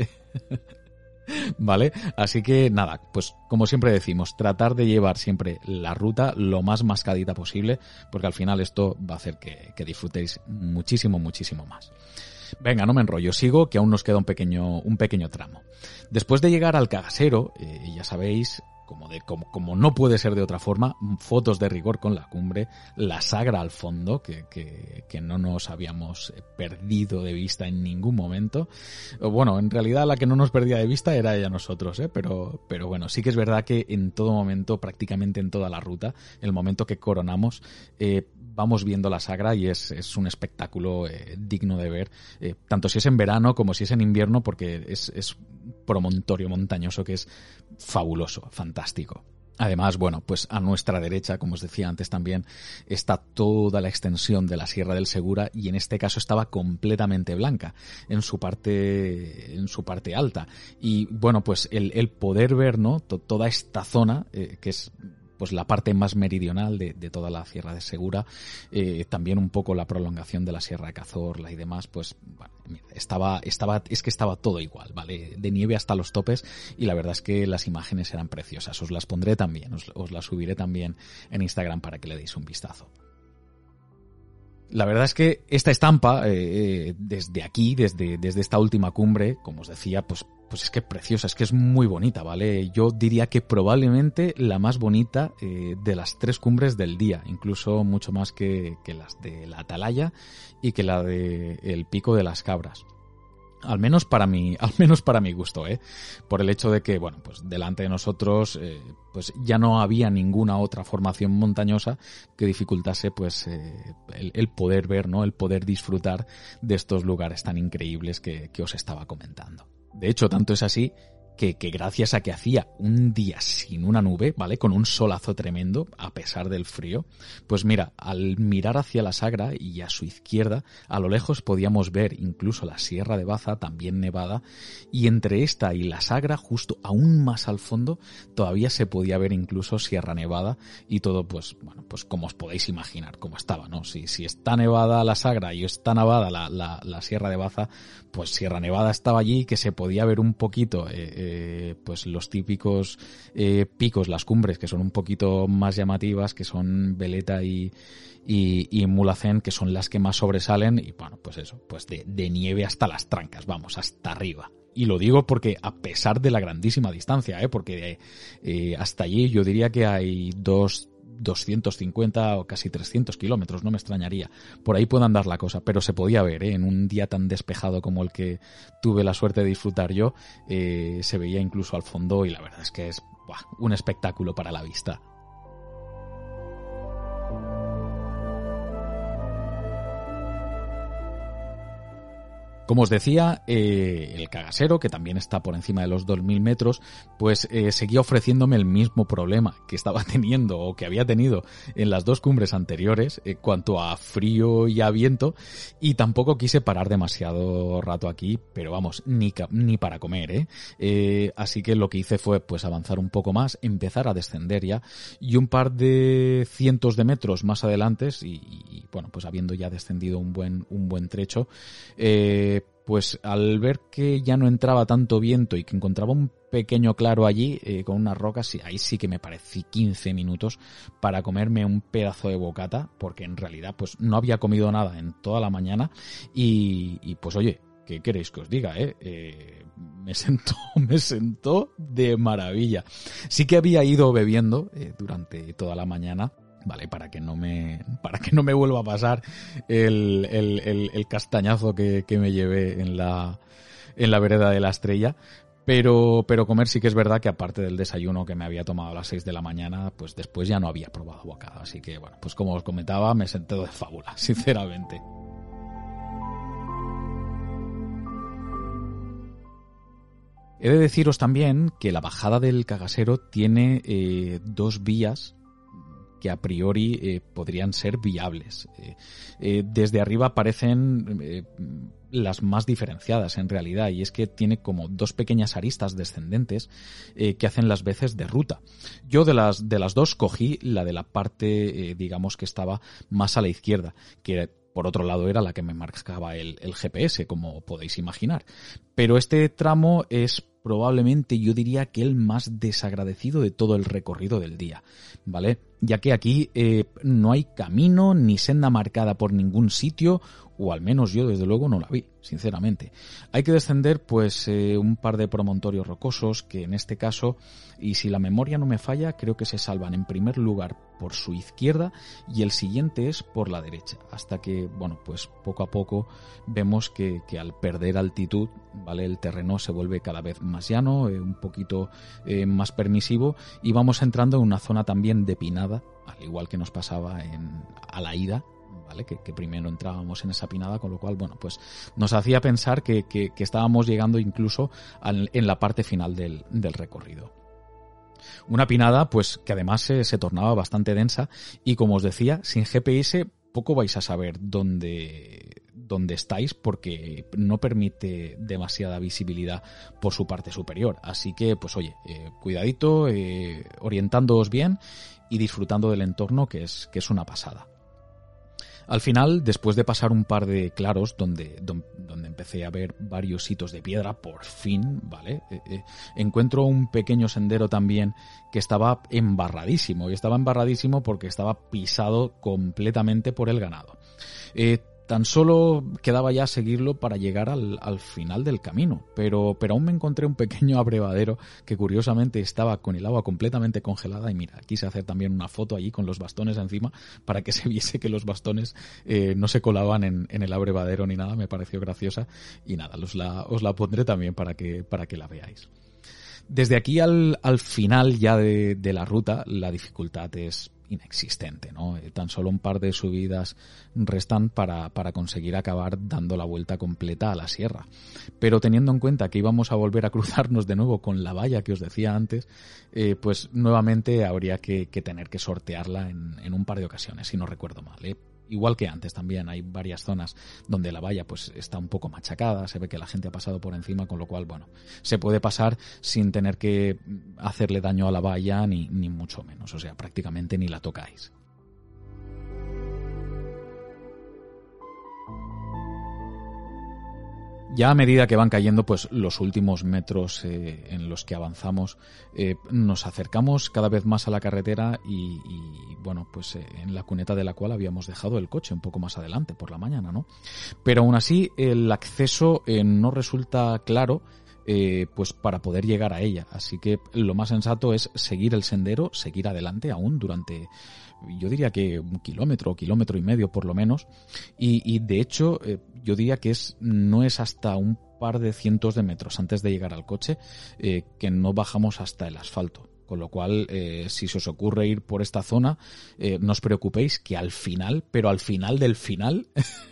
¿Vale? Así que nada, pues como siempre decimos, tratar de llevar siempre la ruta lo más mascadita posible, porque al final esto va a hacer que disfrutéis muchísimo más. Venga, no me enrollo, sigo, que aún nos queda un pequeño tramo. Después de llegar al Cagasero, ya sabéis, como no puede ser de otra forma, fotos de rigor con la cumbre, la Sagra al fondo, que no nos habíamos perdido de vista en ningún momento. Bueno, en realidad la que no nos perdía de vista era ella nosotros, pero bueno, sí que es verdad que en todo momento, prácticamente en toda la ruta, el momento que coronamos, vamos viendo la Sagra y es un espectáculo digno de ver, tanto si es en verano como si es en invierno, porque es promontorio montañoso que es fabuloso, fantástico. Además, bueno, pues a nuestra derecha, como os decía antes también, está toda la extensión de la Sierra del Segura y en este caso estaba completamente blanca en su parte alta. Y bueno, pues el poder ver, ¿no? Toda esta zona, que es pues la parte más meridional de toda la Sierra de Segura, también un poco la prolongación de la Sierra de Cazorla y demás, pues bueno, estaba todo igual, ¿vale? De nieve hasta los topes y la verdad es que las imágenes eran preciosas. Os las pondré también, os las subiré también en Instagram para que le deis un vistazo. La verdad es que esta estampa, desde aquí, desde esta última cumbre, como os decía, pues es que preciosa, es que es muy bonita, ¿vale? Yo diría que probablemente la más bonita de las 3 cumbres del día, incluso mucho más que las de la Atalaya y que la de el Pico de las Cabras. Al menos para mi gusto, por el hecho de que, bueno, pues delante de nosotros, pues ya no había ninguna otra formación montañosa que dificultase, pues, el poder ver, ¿no? El poder disfrutar de estos lugares tan increíbles que os estaba comentando. De hecho, tanto es así que gracias a que hacía un día sin una nube, ¿vale? Con un solazo tremendo, a pesar del frío, pues mira, al mirar hacia la Sagra y a su izquierda, a lo lejos podíamos ver incluso la Sierra de Baza, también nevada, y entre esta y la Sagra, justo aún más al fondo, todavía se podía ver incluso Sierra Nevada y todo, pues, bueno, pues como os podéis imaginar cómo estaba, ¿no? Si está nevada la Sagra y está nevada la Sierra de Baza, pues Sierra Nevada estaba allí, que se podía ver un poquito, pues los típicos picos, las cumbres, que son un poquito más llamativas, que son Veleta y Mulhacén, que son las que más sobresalen, y bueno, pues eso, pues de nieve hasta las trancas, vamos, hasta arriba. Y lo digo porque a pesar de la grandísima distancia, porque hasta allí yo diría que hay 250 o casi 300 kilómetros, no me extrañaría. Por ahí puede andar la cosa, pero se podía ver, en un día tan despejado como el que tuve la suerte de disfrutar yo, se veía incluso al fondo y la verdad es que es un espectáculo para la vista. Como os decía, el Cagasero, que también está por encima de los 2000 metros, pues seguía ofreciéndome el mismo problema que estaba teniendo o que había tenido en las dos cumbres anteriores, cuanto a frío y a viento, y tampoco quise parar demasiado rato aquí, pero vamos, ni para comer, así que lo que hice fue pues avanzar un poco más, empezar a descender ya, y un par de cientos de metros más adelante, y bueno, pues habiendo ya descendido un buen trecho, pues al ver que ya no entraba tanto viento y que encontraba un pequeño claro allí con unas rocas, ahí sí que me parecí 15 minutos para comerme un pedazo de bocata, porque en realidad pues no había comido nada en toda la mañana y pues oye, ¿qué queréis que os diga? Me sentó de maravilla. Sí que había ido bebiendo durante toda la mañana, vale, para que no me vuelva a pasar el castañazo que me llevé en la vereda de la Estrella, pero comer sí que es verdad que aparte del desayuno que me había tomado a las 6 de la mañana, pues después ya no había probado bocado, así que bueno, pues como os comentaba, me senté de fábula, sinceramente. He de deciros también que la bajada del Cagasero tiene dos vías que a priori podrían ser viables. Desde arriba parecen las más diferenciadas en realidad, y es que tiene como dos pequeñas aristas descendentes que hacen las veces de ruta. Yo de las dos cogí la de la parte, digamos, que estaba más a la izquierda, que por otro lado era la que me marcaba el GPS, como podéis imaginar. Pero este tramo es probablemente, yo diría que el más desagradecido de todo el recorrido del día, ¿vale? Ya que aquí no hay camino ni senda marcada por ningún sitio, o al menos yo desde luego no la vi, sinceramente. Hay que descender pues un par de promontorios rocosos que en este caso, y si la memoria no me falla, creo que se salvan en primer lugar por su izquierda y el siguiente es por la derecha, hasta que, bueno, pues poco a poco vemos que al perder altitud, ¿vale? El terreno se vuelve cada vez más llano, un poquito más permisivo, y vamos entrando en una zona también depinada, al igual que nos pasaba a la ida, ¿vale? Que primero entrábamos en esa pinada, con lo cual, bueno, pues nos hacía pensar que estábamos llegando incluso en la parte final del recorrido. Una pinada, pues, que además se tornaba bastante densa y, como os decía, sin GPS poco vais a saber dónde estáis, porque no permite demasiada visibilidad por su parte superior. Así que, pues oye, cuidadito, orientándoos bien y disfrutando del entorno, que es una pasada. Al final, después de pasar un par de claros donde empecé a ver varios hitos de piedra, por fin, ¿vale? Encuentro un pequeño sendero también que estaba embarradísimo, y estaba embarradísimo porque estaba pisado completamente por el ganado. Tan solo quedaba ya seguirlo para llegar al final del camino, pero aún me encontré un pequeño abrevadero que curiosamente estaba con el agua completamente congelada, y mira, quise hacer también una foto allí con los bastones encima para que se viese que los bastones no se colaban en el abrevadero ni nada. Me pareció graciosa y nada, os la pondré también para que la veáis. Desde aquí al final ya de la ruta, la dificultad es inexistente, ¿no? Tan solo un par de subidas restan para conseguir acabar dando la vuelta completa a la sierra. Pero teniendo en cuenta que íbamos a volver a cruzarnos de nuevo con la valla que os decía antes, pues nuevamente habría que tener que sortearla en un par de ocasiones, si no recuerdo mal, ¿eh? Igual que antes también hay varias zonas donde la valla pues está un poco machacada, se ve que la gente ha pasado por encima, con lo cual, bueno, se puede pasar sin tener que hacerle daño a la valla ni mucho menos, o sea, prácticamente ni la tocáis. Ya a medida que van cayendo pues los últimos metros en los que avanzamos, nos acercamos cada vez más a la carretera y bueno, pues en la cuneta de la cual habíamos dejado el coche un poco más adelante por la mañana, ¿no? Pero aún así el acceso no resulta claro pues para poder llegar a ella, así que lo más sensato es seguir el sendero, seguir adelante aún durante, yo diría que 1 kilómetro, 1,5 kilómetros por lo menos, y de hecho yo diría que no es hasta un par de cientos de metros antes de llegar al coche que no bajamos hasta el asfalto. Con lo cual, si se os ocurre ir por esta zona, no os preocupéis que al final, pero al final del final,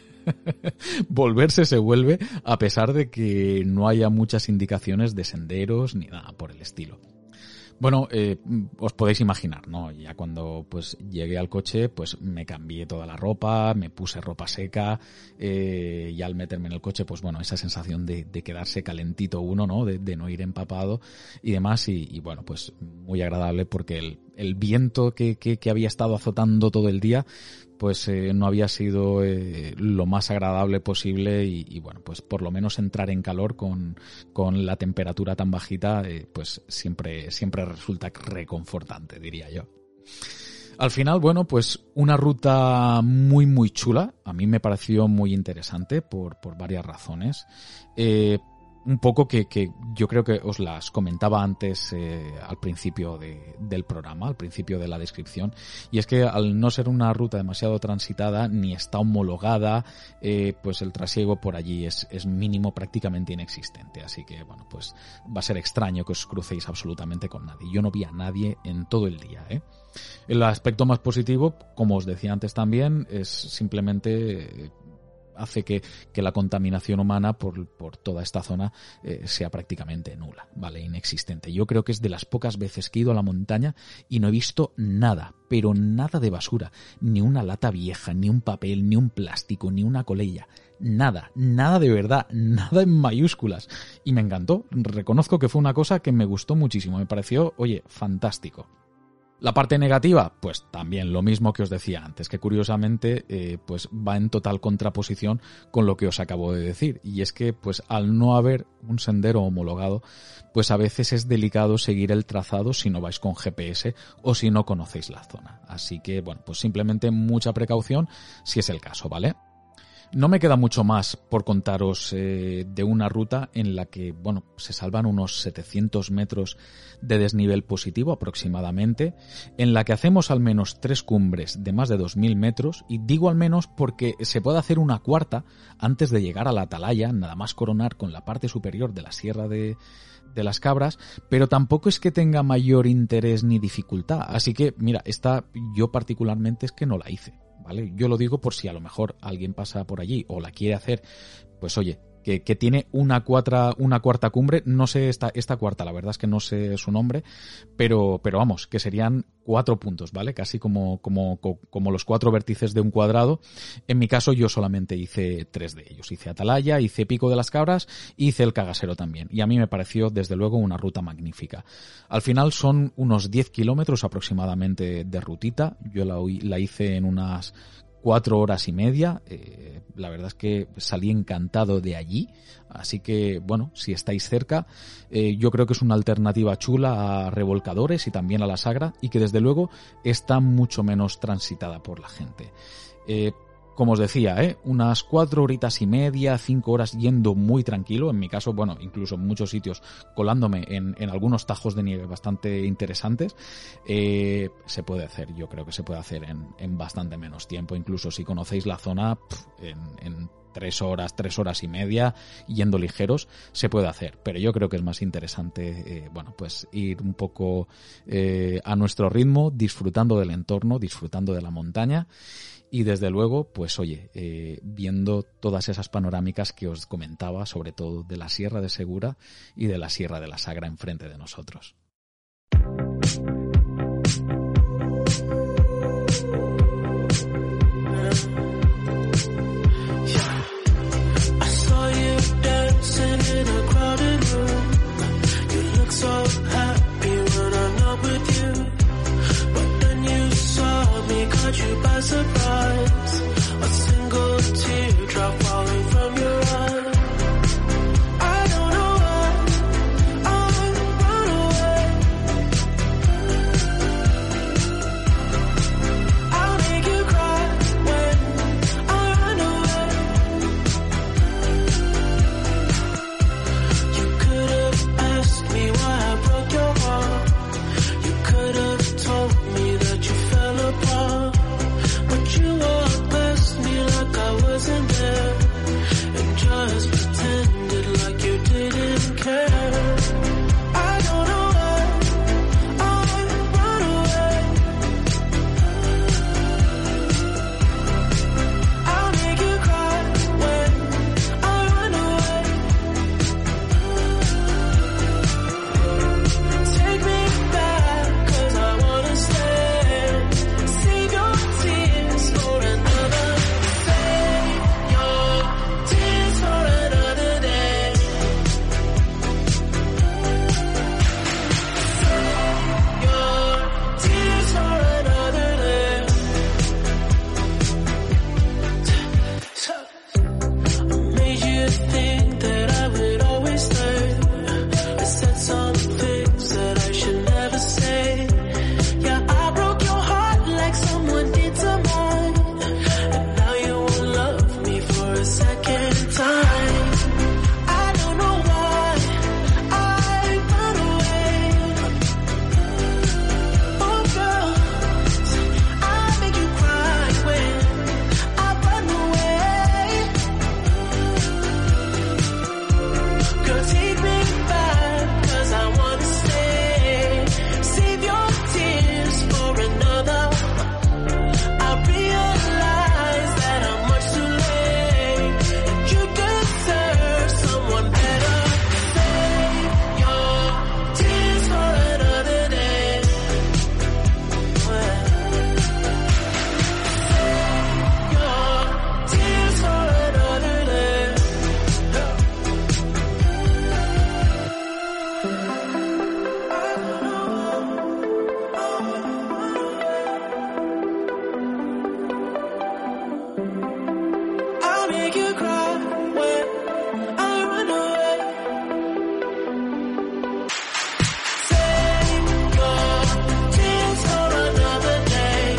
volverse se vuelve, a pesar de que no haya muchas indicaciones de senderos ni nada por el estilo. Bueno, os podéis imaginar, ¿no? Ya cuando pues llegué al coche, pues me cambié toda la ropa, me puse ropa seca, y al meterme en el coche, pues bueno, esa sensación de quedarse calentito uno, ¿no? De no ir empapado y demás, y bueno, pues muy agradable porque el viento que había estado azotando todo el día, pues no había sido lo más agradable posible y bueno, pues por lo menos entrar en calor con la temperatura tan bajita, pues siempre resulta reconfortante, diría yo. Al final, bueno, pues una ruta muy muy chula, a mí me pareció muy interesante por varias razones. Un poco que yo creo que os las comentaba antes al principio del programa, al principio de la descripción, y es que al no ser una ruta demasiado transitada ni está homologada, pues el trasiego por allí es mínimo, prácticamente inexistente, así que bueno, pues va a ser extraño que os crucéis absolutamente con nadie. Yo no vi a nadie en todo el día, ¿eh? El aspecto más positivo, como os decía antes también, es simplemente hace que la contaminación humana por toda esta zona sea prácticamente nula, ¿vale? Inexistente. Yo creo que es de las pocas veces que he ido a la montaña y no he visto nada, pero nada de basura, ni una lata vieja, ni un papel, ni un plástico, ni una colilla, nada de verdad, nada en mayúsculas. Y me encantó, reconozco que fue una cosa que me gustó muchísimo, me pareció, oye, fantástico. La parte negativa, pues también lo mismo que os decía antes, que curiosamente pues va en total contraposición con lo que os acabo de decir, y es que pues al no haber un sendero homologado, pues a veces es delicado seguir el trazado si no vais con GPS o si no conocéis la zona. Así que bueno, pues simplemente mucha precaución si es el caso, ¿vale? No me queda mucho más por contaros de una ruta en la que, bueno, se salvan unos 700 metros de desnivel positivo aproximadamente, en la que hacemos al menos 3 cumbres de más de 2.000 metros, y digo al menos porque se puede hacer una cuarta antes de llegar a la atalaya, nada más coronar con la parte superior de la Sierra de las Cabras, pero tampoco es que tenga mayor interés ni dificultad, así que, mira, esta yo particularmente es que no la hice. ¿Vale? Yo lo digo por si a lo mejor alguien pasa por allí o la quiere hacer, pues oye, que tiene una cuarta cumbre, no sé esta cuarta, la verdad es que no sé su nombre, pero vamos, que serían 4 puntos, ¿vale? Casi como los 4 vértices de un cuadrado. En mi caso yo solamente hice 3 de ellos, hice Atalaya, hice Pico de las Cabras, hice el Cagasero también, y a mí me pareció desde luego una ruta magnífica. Al final son unos 10 kilómetros aproximadamente de rutita, yo la hice en unas 4 horas y media, la verdad es que salí encantado de allí, así que bueno, si estáis cerca, yo creo que es una alternativa chula a revolcadores y también a la Sagra, y que desde luego está mucho menos transitada por la gente. Como os decía, unas 4 horitas y media, 5 horas yendo muy tranquilo, en mi caso, bueno, incluso en muchos sitios colándome en algunos tajos de nieve bastante interesantes, se puede hacer, yo creo que se puede hacer en bastante menos tiempo, incluso si conocéis la zona, en 3 horas y media, yendo ligeros, se puede hacer. Pero yo creo que es más interesante, pues ir un poco a nuestro ritmo, disfrutando del entorno, disfrutando de la montaña. Y desde luego, pues oye, viendo todas esas panorámicas que os comentaba, sobre todo de la Sierra de Segura y de la Sierra de la Sagra enfrente de nosotros.
You by surprise, a single teardrop falling from your eye. I don't know why I run away. I'll make you cry when I run away. You could have asked me why I broke your heart. You could have told me that you fell apart. You walked past me like I wasn't there, and just pretended like you didn't care. I don't know why I run away. I'll make you cry when I run away. Take me back, 'cause I wanna stay. Save your tears for another, save your tears for another day. Save your tears for another day. I made you think that I would always stay. I said some things that I should never say. Yeah, I broke your heart like someone did to mine, and now you won't love me for a second time. I don't know why I run away. Oh girl, I make you cry when I run away. Girl, take me back, 'cause I wanna stay. Save your tears for another. I realize that I'm much too late, and you deserve someone better. Save your tears for another day. Save your tears for another day. I'll make you cry when I run away. Save your tears for another day.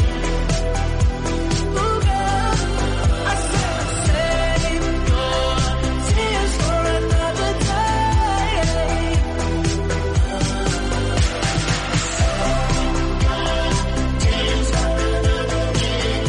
Ooh, girl, I said save your tears for another day. Tears for another day.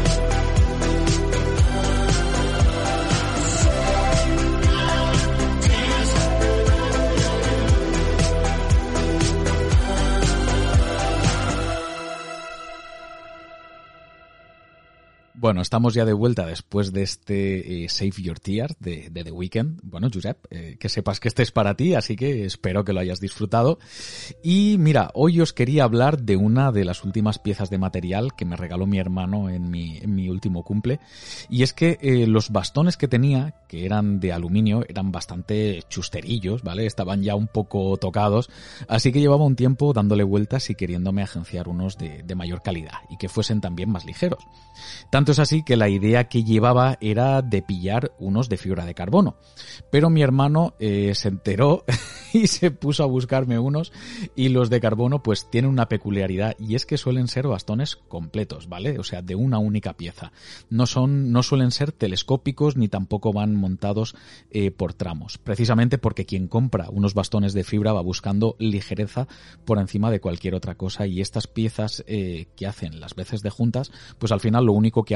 Bueno, estamos ya de vuelta después de este Save Your Tears de The Weeknd. Bueno, Josep, que sepas que este es para ti, así que espero que lo hayas disfrutado. Y mira, hoy os quería hablar de una de las últimas piezas de material que me regaló mi hermano en mi último cumple. Y es que los bastones que tenía, que eran de aluminio, eran bastante chusterillos, ¿vale? Estaban ya un poco tocados, así que llevaba un tiempo dándole vueltas y queriéndome agenciar unos de mayor calidad y que fuesen también más ligeros. Tanto es así que la idea que llevaba era de pillar unos de fibra de carbono. Pero mi hermano se enteró y se puso a buscarme unos, y los de carbono pues tienen una peculiaridad, y es que suelen ser bastones completos, ¿vale? O sea, de una única pieza. No suelen ser telescópicos ni tampoco van montados por tramos. Precisamente porque quien compra unos bastones de fibra va buscando ligereza por encima de cualquier otra cosa, y estas piezas que hacen las veces de juntas, pues al final lo único que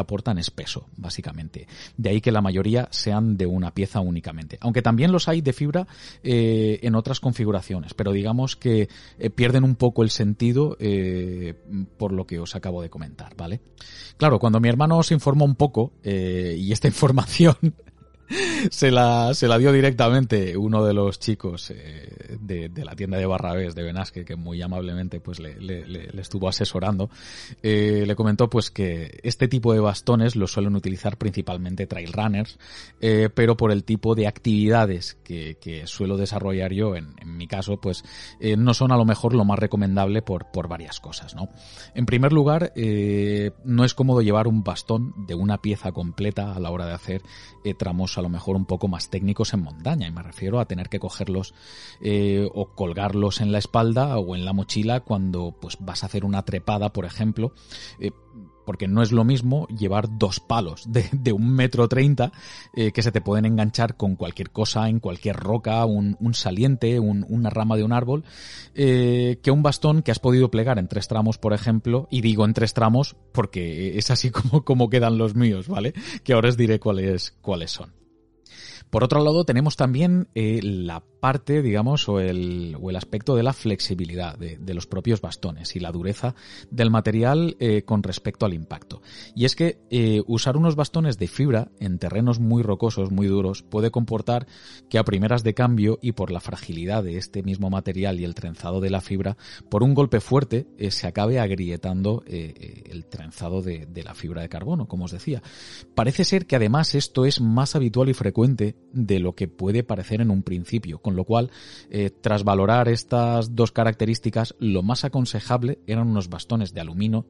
aportan es peso, básicamente. De ahí que la mayoría sean de una pieza únicamente. Aunque también los hay de fibra en otras configuraciones, pero digamos que pierden un poco el sentido por lo que os acabo de comentar, ¿vale? Claro, cuando mi hermano se informó un poco, y esta información se la dio directamente uno de los chicos de la tienda de Barrabés de Benasque, que muy amablemente pues le estuvo asesorando, le comentó pues que este tipo de bastones los suelen utilizar principalmente trail runners, pero por el tipo de actividades que suelo desarrollar yo, en mi caso, pues no son a lo mejor lo más recomendable por varias cosas, ¿no? En primer lugar, no es cómodo llevar un bastón de una pieza completa a la hora de hacer tramos a lo mejor un poco más técnicos en montaña, y me refiero a tener que cogerlos o colgarlos en la espalda o en la mochila cuando pues vas a hacer una trepada, por ejemplo, porque no es lo mismo llevar 2 palos de 1,30 m que se te pueden enganchar con cualquier cosa, en cualquier roca, un saliente, una rama de un árbol, que un bastón que has podido plegar en 3 tramos, por ejemplo, y digo en 3 tramos porque es así como quedan los míos, ¿vale? Que ahora os diré cuáles son. Por otro lado, tenemos también la parte, digamos, o el aspecto de la flexibilidad de los propios bastones y la dureza del material con respecto al impacto. Y es que usar unos bastones de fibra en terrenos muy rocosos, muy duros, puede comportar que a primeras de cambio, y por la fragilidad de este mismo material y el trenzado de la fibra, por un golpe fuerte se acabe agrietando el trenzado de la fibra de carbono, como os decía. Parece ser que además esto es más habitual y frecuente de lo que puede parecer en un principio, con lo cual, tras valorar estas 2 características, lo más aconsejable eran unos bastones de aluminio,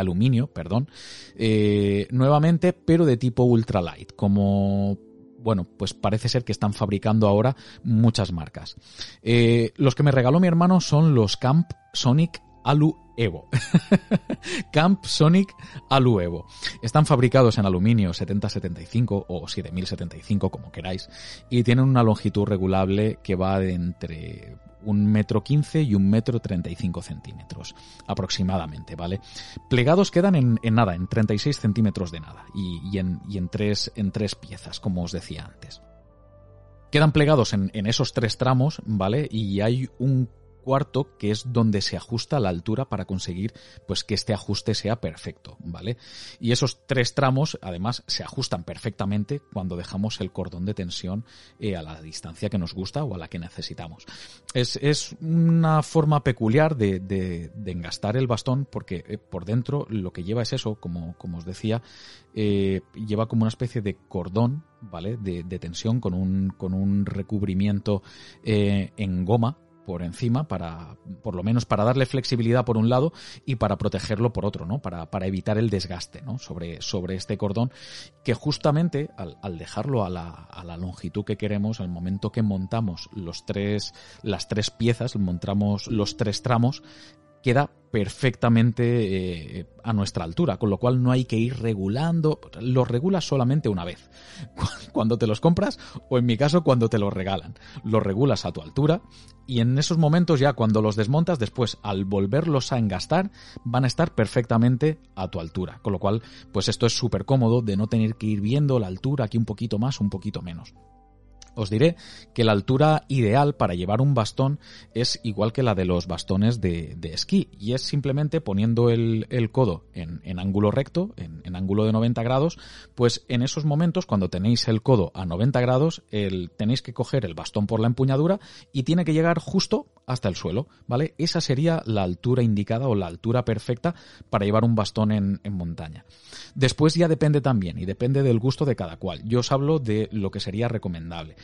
nuevamente, pero de tipo ultralight, como bueno, pues parece ser que están fabricando ahora muchas marcas. Los que me regaló mi hermano son los Camp Sonic Alu Evo. Camp Sonic Alu Evo. Están fabricados en aluminio 7075 o 7075, como queráis, y tienen una longitud regulable que va de entre 1,15 m y 1,35 m aproximadamente, ¿vale? Plegados quedan en nada, en 36 centímetros de nada, y en tres piezas, como os decía antes. Quedan plegados en esos 3 tramos, ¿vale? Y hay un cuarto que es donde se ajusta la altura para conseguir pues que este ajuste sea perfecto, ¿vale? Y esos 3 tramos además se ajustan perfectamente cuando dejamos el cordón de tensión a la distancia que nos gusta o a la que necesitamos. Es una forma peculiar de engastar el bastón, porque por dentro lo que lleva es eso, como os decía, lleva como una especie de cordón, ¿vale? De tensión con un recubrimiento en goma por encima, por lo menos para darle flexibilidad por un lado y para protegerlo por otro, ¿no? Para evitar el desgaste, ¿no? sobre este cordón, que justamente al dejarlo a la longitud que queremos, al momento que montamos las 3 piezas, montamos los 3 tramos, queda perfectamente a nuestra altura, con lo cual no hay que ir regulando. Los regulas solamente una vez, cuando te los compras, o en mi caso cuando te los regalan. Los regulas a tu altura, y en esos momentos ya cuando los desmontas, después al volverlos a engastar, van a estar perfectamente a tu altura, con lo cual pues esto es súper cómodo de no tener que ir viendo la altura aquí un poquito más, un poquito menos. Os diré que la altura ideal para llevar un bastón es igual que la de los bastones de esquí, y es simplemente poniendo el codo en ángulo recto, en ángulo de 90 grados, pues en esos momentos, cuando tenéis el codo a 90 grados, tenéis que coger el bastón por la empuñadura y tiene que llegar justo hasta el suelo, ¿vale? Esa sería la altura indicada o la altura perfecta para llevar un bastón en montaña. Después ya depende también, y depende del gusto de cada cual. Yo os hablo de lo que sería recomendable.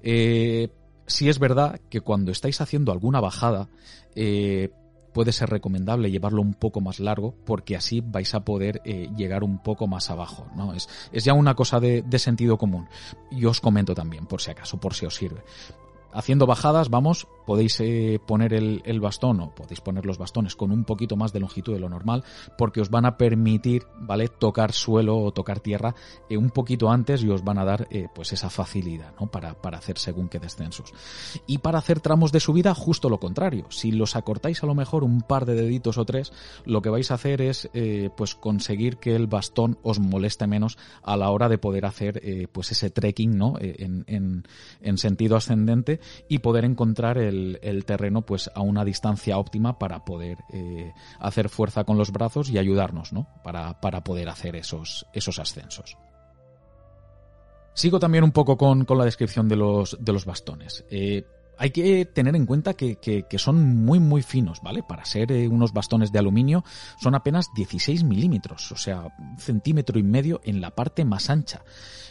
Sí es verdad que cuando estáis haciendo alguna bajada, puede ser recomendable llevarlo un poco más largo, porque así vais a poder llegar un poco más abajo, ¿no? Es ya una cosa de sentido común. Y os comento también, por si acaso, por si os sirve. Haciendo bajadas vamos podéis poner el bastón, o podéis poner los bastones con un poquito más de longitud de lo normal, porque os van a permitir, ¿vale?, tocar suelo o tocar tierra un poquito antes, y os van a dar pues esa facilidad, ¿no?, para hacer según qué descensos. Y para hacer tramos de subida, justo lo contrario. Si los acortáis a lo mejor un par de deditos o 3, lo que vais a hacer es pues conseguir que el bastón os moleste menos a la hora de poder hacer pues ese trekking, ¿no?, en sentido ascendente, y poder encontrar el terreno pues a una distancia óptima para poder hacer fuerza con los brazos y ayudarnos, ¿no?, para poder hacer esos ascensos. Sigo también un poco con la descripción de los bastones. Hay que tener en cuenta que son muy muy finos, ¿vale? Para ser unos bastones de aluminio son apenas 16 milímetros, o sea, 1,5 centímetros en la parte más ancha.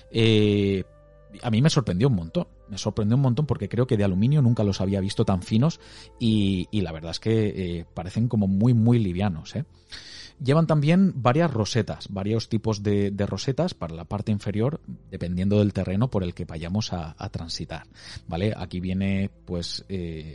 A mí me sorprendió un montón porque creo que de aluminio nunca los había visto tan finos, y la verdad es que parecen como muy muy livianos, ¿eh? Llevan también varias rosetas, varios tipos de rosetas para la parte inferior, dependiendo del terreno por el que vayamos a transitar, ¿vale? Aquí viene pues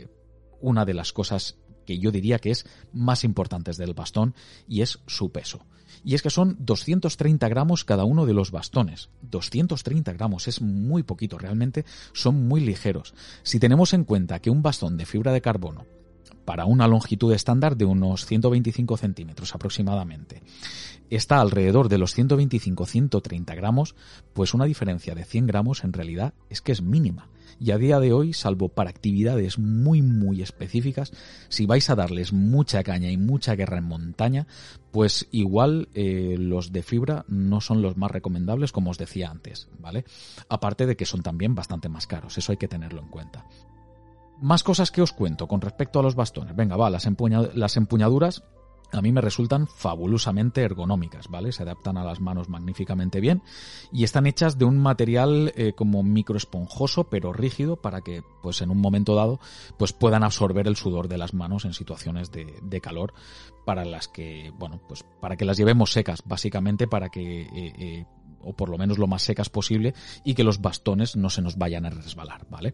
una de las cosas que yo diría que es más importantes del bastón, y es su peso. Y es que son 230 gramos cada uno de los bastones. 230 gramos es muy poquito, realmente son muy ligeros. Si tenemos en cuenta que un bastón de fibra de carbono, para una longitud estándar de unos 125 centímetros aproximadamente, está alrededor de los 125-130 gramos, pues una diferencia de 100 gramos en realidad es que es mínima. Y a día de hoy, salvo para actividades muy muy específicas, si vais a darles mucha caña y mucha guerra en montaña, pues igual los de fibra no son los más recomendables, como os decía antes, ¿vale? Aparte de que son también bastante más caros, eso hay que tenerlo en cuenta. Más cosas que os cuento con respecto a los bastones. Venga, va, las empuñaduras a mí me resultan fabulosamente ergonómicas, ¿vale? Se adaptan a las manos magníficamente bien y están hechas de un material como microesponjoso pero rígido, para que pues en un momento dado pues puedan absorber el sudor de las manos en situaciones de calor, para las que, bueno, pues para que las llevemos secas, básicamente para que o por lo menos lo más secas posible, y que los bastones no se nos vayan a resbalar, ¿vale?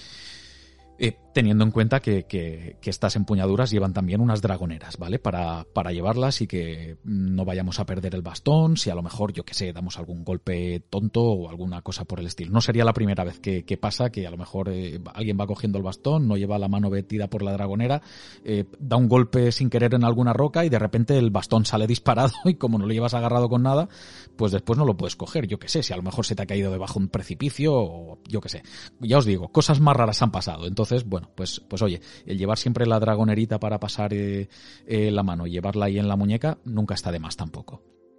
Teniendo en cuenta que estas empuñaduras llevan también unas dragoneras, ¿vale? Para llevarlas y que no vayamos a perder el bastón si a lo mejor, yo que sé, damos algún golpe tonto o alguna cosa por el estilo. No sería la primera vez que pasa, que a lo mejor alguien va cogiendo el bastón, no lleva la mano metida por la dragonera, da un golpe sin querer en alguna roca y de repente el bastón sale disparado, y como no lo llevas agarrado con nada, pues después no lo puedes coger. Yo que sé, si a lo mejor se te ha caído debajo de un precipicio o yo que sé. Ya os digo, cosas más raras han pasado. Entonces, bueno, pues oye, el llevar siempre la dragonerita para pasar la mano y llevarla ahí en la muñeca nunca está de más tampoco.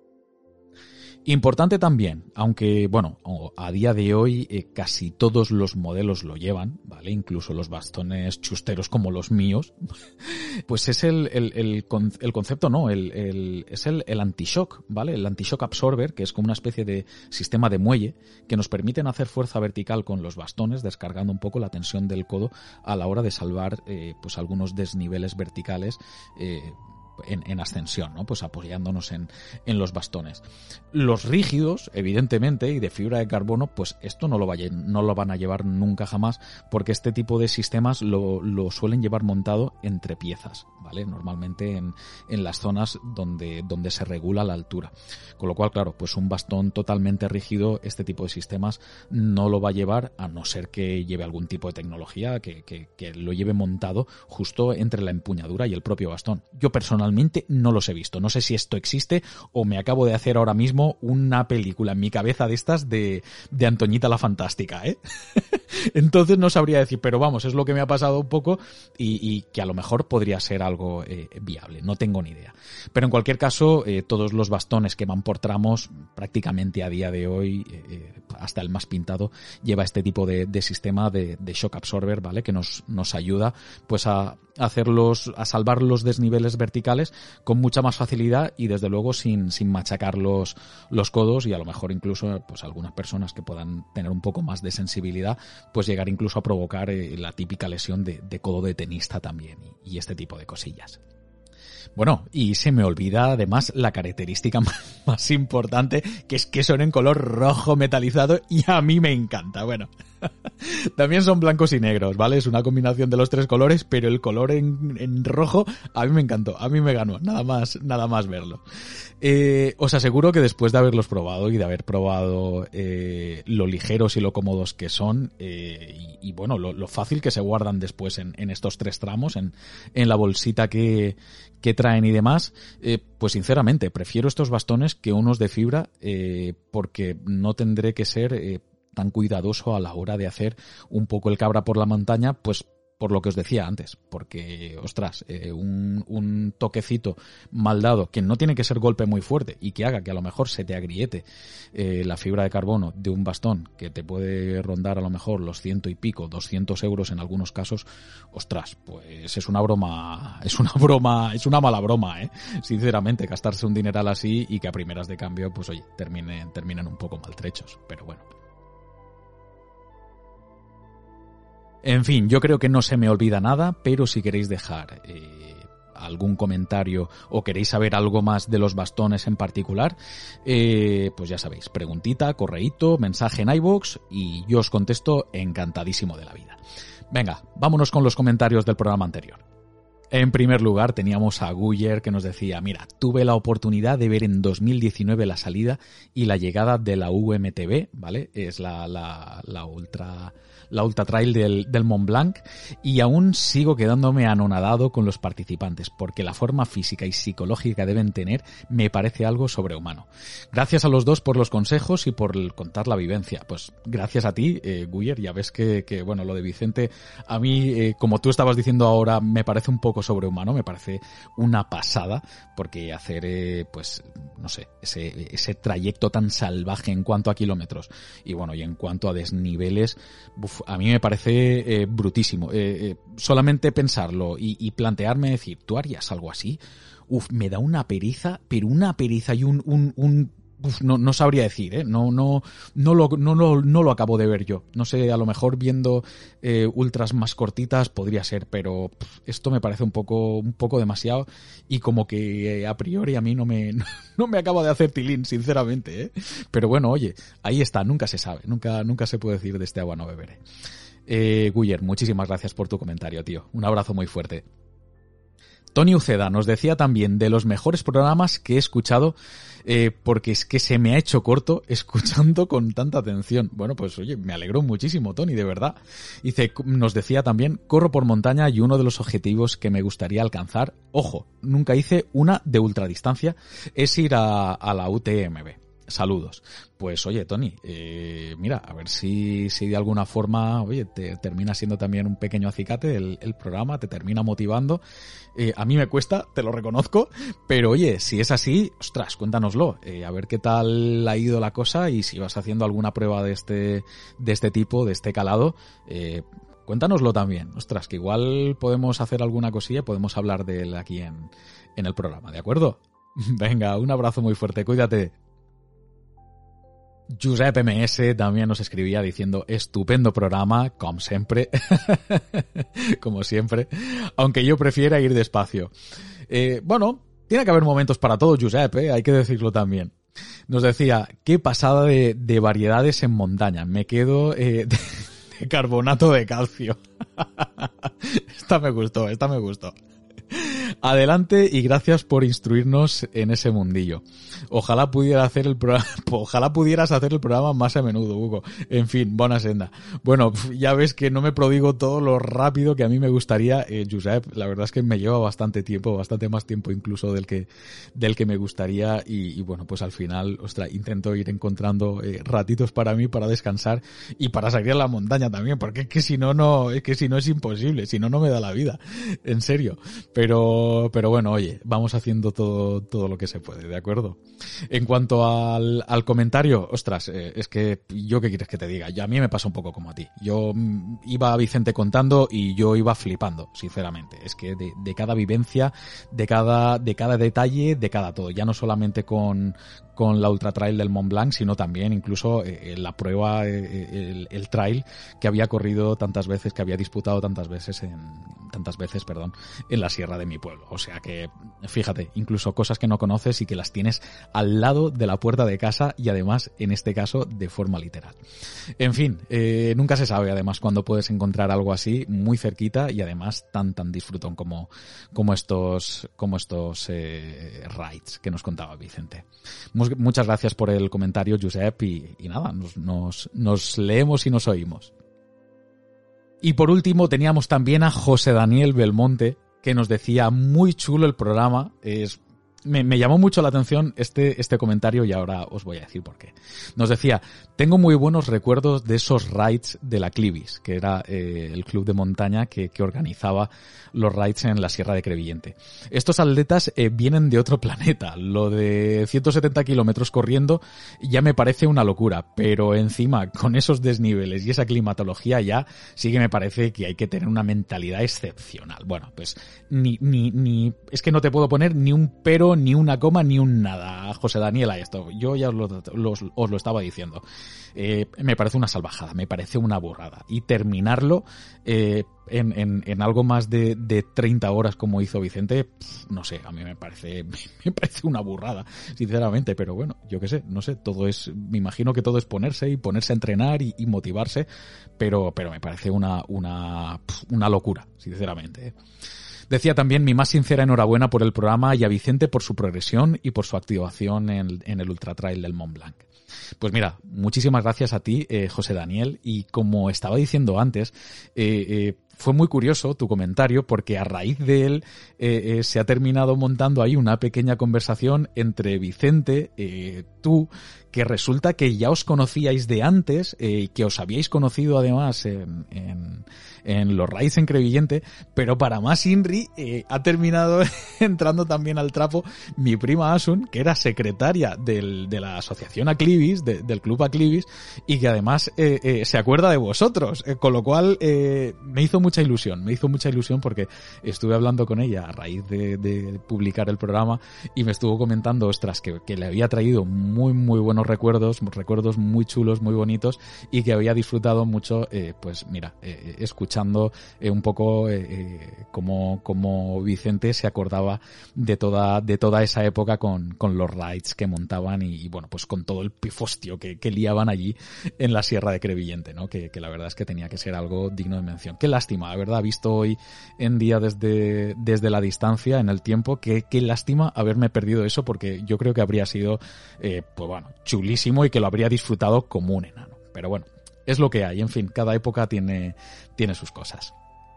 Importante también, aunque bueno, a día de hoy casi todos los modelos lo llevan, ¿vale? Incluso los bastones chusteros como los míos, pues es el concepto, no, es el anti-shock, ¿vale? El anti-shock absorber, que es como una especie de sistema de muelle que nos permiten hacer fuerza vertical con los bastones, descargando un poco la tensión del codo a la hora de salvar pues algunos desniveles verticales en ascensión, ¿no? Pues apoyándonos en los bastones. Los rígidos, evidentemente, y de fibra de carbono, pues esto no lo van a llevar nunca jamás, porque este tipo de sistemas lo suelen llevar montado entre piezas, ¿vale? Normalmente en las zonas donde se regula la altura. Con lo cual, claro, pues un bastón totalmente rígido, este tipo de sistemas no lo va a llevar, a no ser que lleve algún tipo de tecnología que lo lleve montado justo entre la empuñadura y el propio bastón. Yo personalmente no los he visto. No sé si esto existe o me acabo de hacer ahora mismo una película en mi cabeza de estas de Antoñita la Fantástica, ¿eh? Entonces no sabría decir, pero vamos, es lo que me ha pasado un poco y que a lo mejor podría ser algo viable. No tengo ni idea. Pero en cualquier caso, todos los bastones que van por tramos, prácticamente a día de hoy, hasta el más pintado, lleva este tipo de sistema de shock absorber, ¿vale? Que nos ayuda pues a salvar los desniveles verticales con mucha más facilidad y desde luego sin machacar los codos, y a lo mejor incluso pues algunas personas que puedan tener un poco más de sensibilidad, pues llegar incluso a provocar la típica lesión de codo de tenista también y este tipo de cosillas. Bueno, y se me olvida además la característica más importante, que es que son en color rojo metalizado y a mí me encanta. Bueno, También son blancos y negros, ¿vale? Es una combinación de los 3 colores, pero el color en rojo a mí me encantó, a mí me ganó, nada más verlo. Os aseguro que después de haberlos probado y de haber probado lo ligeros y lo cómodos que son, y bueno, lo fácil que se guardan después en estos 3 tramos, en la bolsita que traen y demás, pues sinceramente prefiero estos bastones que unos de fibra, porque no tendré que ser tan cuidadoso a la hora de hacer un poco el cabra por la montaña, pues por lo que os decía antes, porque, ostras, un toquecito mal dado, que no tiene que ser golpe muy fuerte y que haga que a lo mejor se te agriete la fibra de carbono de un bastón que te puede rondar a lo mejor los 100 y pico, 200 euros en algunos casos, ostras, pues es una mala broma, sinceramente, gastarse un dineral así y que a primeras de cambio, pues oye, terminen un poco maltrechos, pero bueno. En fin, yo creo que no se me olvida nada, pero si queréis dejar algún comentario o queréis saber algo más de los bastones en particular, pues ya sabéis, preguntita, correíto, mensaje en iVoox y yo os contesto encantadísimo de la vida. Venga, vámonos con los comentarios del programa anterior. En primer lugar teníamos a Guyer que nos decía, mira, tuve la oportunidad de ver en 2019 la salida y la llegada de la UMTB, ¿vale? Es la Ultra Trail del Mont Blanc y aún sigo quedándome anonadado con los participantes porque la forma física y psicológica que deben tener me parece algo sobrehumano. Gracias a los dos por los consejos y por contar la vivencia. Pues gracias a ti, Guyer, ya ves que bueno, lo de Vicente a mí, como tú estabas diciendo ahora, me parece un poco sobrehumano, me parece una pasada, porque hacer, pues, no sé, ese trayecto tan salvaje en cuanto a kilómetros y bueno, y en cuanto a desniveles, a mí me parece brutísimo. Solamente pensarlo y plantearme decir, ¿tú harías algo así? Me da una periza, pero una periza y no sabría decir, no lo acabo de ver yo. No sé, a lo mejor viendo ultras más cortitas podría ser, pero esto me parece un poco demasiado y como que a priori a mí no me acaba de hacer tilín, sinceramente, Pero bueno, oye, ahí está, nunca se sabe, nunca se puede decir de este agua no beberé. Guyer, muchísimas gracias por tu comentario, tío. Un abrazo muy fuerte. Tony Uceda nos decía también de los mejores programas que he escuchado, porque es que se me ha hecho corto escuchando con tanta atención. Bueno, pues oye, me alegró muchísimo, Tony, de verdad. Nos decía también, corro por montaña y uno de los objetivos que me gustaría alcanzar, ojo, nunca hice una de ultradistancia, es ir a la UTMB. Saludos. Pues oye, Tony, mira, a ver si de alguna forma, oye, te termina siendo también un pequeño acicate el programa, te termina motivando. A mí me cuesta, te lo reconozco, pero oye, si es así, ostras, cuéntanoslo, a ver qué tal ha ido la cosa y si vas haciendo alguna prueba de este tipo, de este calado, cuéntanoslo también. Ostras, que igual podemos hacer alguna cosilla, podemos hablar de él aquí en el programa, ¿de acuerdo? Venga, un abrazo muy fuerte, cuídate. Josep MS también nos escribía diciendo estupendo programa, como siempre, aunque yo prefiera ir despacio. Bueno, tiene que haber momentos para todo, Josep, hay que decirlo también. Nos decía, qué pasada de variedades en montaña, me quedo de carbonato de calcio. Esta me gustó. Adelante y gracias por instruirnos en ese mundillo. Ojalá pudieras hacer el programa más a menudo, Hugo. En fin, buena senda. Bueno, ya ves que no me prodigo todo lo rápido que a mí me gustaría, Josep. La verdad es que me lleva bastante tiempo, bastante más tiempo incluso del que me gustaría y bueno, pues al final, ostras, intento ir encontrando ratitos para mí, para descansar y para salir a la montaña también, porque es que si no es imposible, si no me da la vida. En serio. Pero bueno, oye, vamos haciendo todo lo que se puede, ¿de acuerdo? En cuanto al comentario, ostras, es que yo qué quieres que te diga, a mí me pasa un poco como a ti. Yo iba a Vicente contando y yo iba flipando, sinceramente. Es que de cada vivencia, de cada detalle, de cada todo, ya no solamente con la Ultra Trail del Mont Blanc, sino también incluso la prueba, el trail que había corrido tantas veces, que había disputado tantas veces en la sierra de mi pueblo. pueblo. O sea que, fíjate, incluso cosas que no conoces y que las tienes al lado de la puerta de casa y además, en este caso, de forma literal. En fin, nunca se sabe además cuándo puedes encontrar algo así muy cerquita y además tan disfrutón como estos rides que nos contaba Vicente. Muchas gracias por el comentario, Josep, y nada, nos leemos y nos oímos. Y por último teníamos también a José Daniel Belmonte, que nos decía muy chulo el programa. Me llamó mucho la atención este comentario y ahora os voy a decir por qué. Nos decía, tengo muy buenos recuerdos de esos rides de la Clivis, que era el club de montaña que organizaba los rides en la Sierra de Crevillente. Estos atletas vienen de otro planeta. Lo de 170 kilómetros corriendo ya me parece una locura, pero encima con esos desniveles y esa climatología ya sí que me parece que hay que tener una mentalidad excepcional. Bueno, pues es que no te puedo poner ni un pero, ni una coma, ni un nada, José Daniel, a esto. Yo ya os lo estaba diciendo. Me parece una salvajada, me parece una burrada. Y terminarlo en algo más de 30 horas como hizo Vicente, no sé, a mí me parece una burrada, sinceramente, pero bueno, yo qué sé, no sé, me imagino que todo es ponerse a entrenar y motivarse, pero me parece una locura, sinceramente. Decía también mi más sincera enhorabuena por el programa y a Vicente por su progresión y por su activación en el Ultra Trail del Mont Blanc. Pues mira, muchísimas gracias a ti, José Daniel, y como estaba diciendo antes, fue muy curioso tu comentario porque a raíz de él se ha terminado montando ahí una pequeña conversación entre Vicente, tú, que resulta que ya os conocíais de antes, que os habíais conocido además en los rides en Crevillente, pero para más Inri ha terminado entrando también al trapo mi prima Asun, que era secretaria de la asociación Aclivis, del club Aclivis, y que además se acuerda de vosotros, con lo cual me hizo mucha ilusión porque estuve hablando con ella a raíz de publicar el programa y me estuvo comentando, ostras, que le había traído muy buenos recuerdos muy chulos, muy bonitos, y que había disfrutado mucho, pues mira, escuchando un poco como Vicente se acordaba de toda esa época con los rides que montaban y bueno, pues con todo el pifostio que liaban allí en la Sierra de Crevillente, ¿no? Que la verdad es que tenía que ser algo digno de mención. Qué lástima, la verdad, visto hoy en día desde la distancia, en el tiempo, qué lástima haberme perdido eso, porque yo creo que habría sido, pues bueno, chulísimo y que lo habría disfrutado como un enano. Pero bueno, es lo que hay, en fin, cada época tiene sus cosas.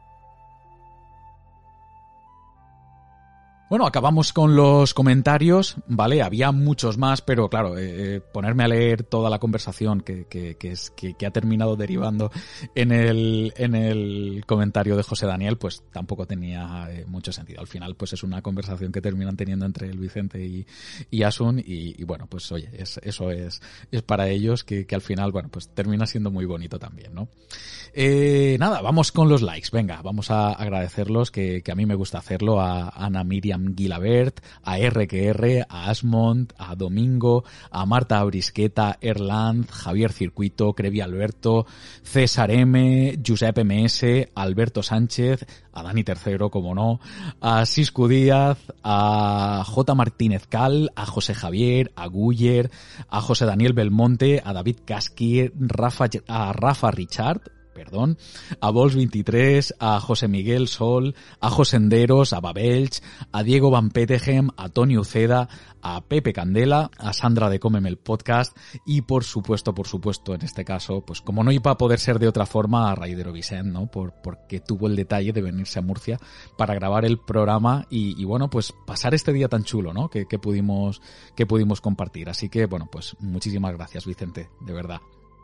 Bueno, acabamos con los comentarios, ¿vale? Había muchos más, pero claro, ponerme a leer toda la conversación que ha terminado derivando en el comentario de José Daniel, pues tampoco tenía mucho sentido. Al final, pues es una conversación que terminan teniendo entre el Vicente y Asun, y bueno, pues oye, eso es para ellos que al final, bueno, pues termina siendo muy bonito también, ¿no? Nada, vamos con los likes, venga, vamos a agradecerlos, que a mí me gusta hacerlo, a Ana Miriam Guilabert, a RQR, a Asmond, a Domingo, a Marta Brisqueta, Erland, Javier Circuito, Crevi Alberto, César M, Josep MS, Alberto Sánchez, a Dani Tercero, como no, a Siscu Díaz, a J. Martínez Cal, a José Javier, a Guller, a José Daniel Belmonte, a David Casqui, a Rafa Richard, a Vols23, a José Miguel Sol, a José Enderos, a Babelch, a Diego Van Petegem, a Tony Uceda, a Pepe Candela, a Sandra de Cómeme el Podcast y por supuesto, en este caso, pues como no iba a poder ser de otra forma, a Raidero Vicent, ¿no? Porque tuvo el detalle de venirse a Murcia para grabar el programa y bueno, pues pasar este día tan chulo, ¿no? Que pudimos compartir. Así que bueno, pues muchísimas gracias, Vicente, de verdad.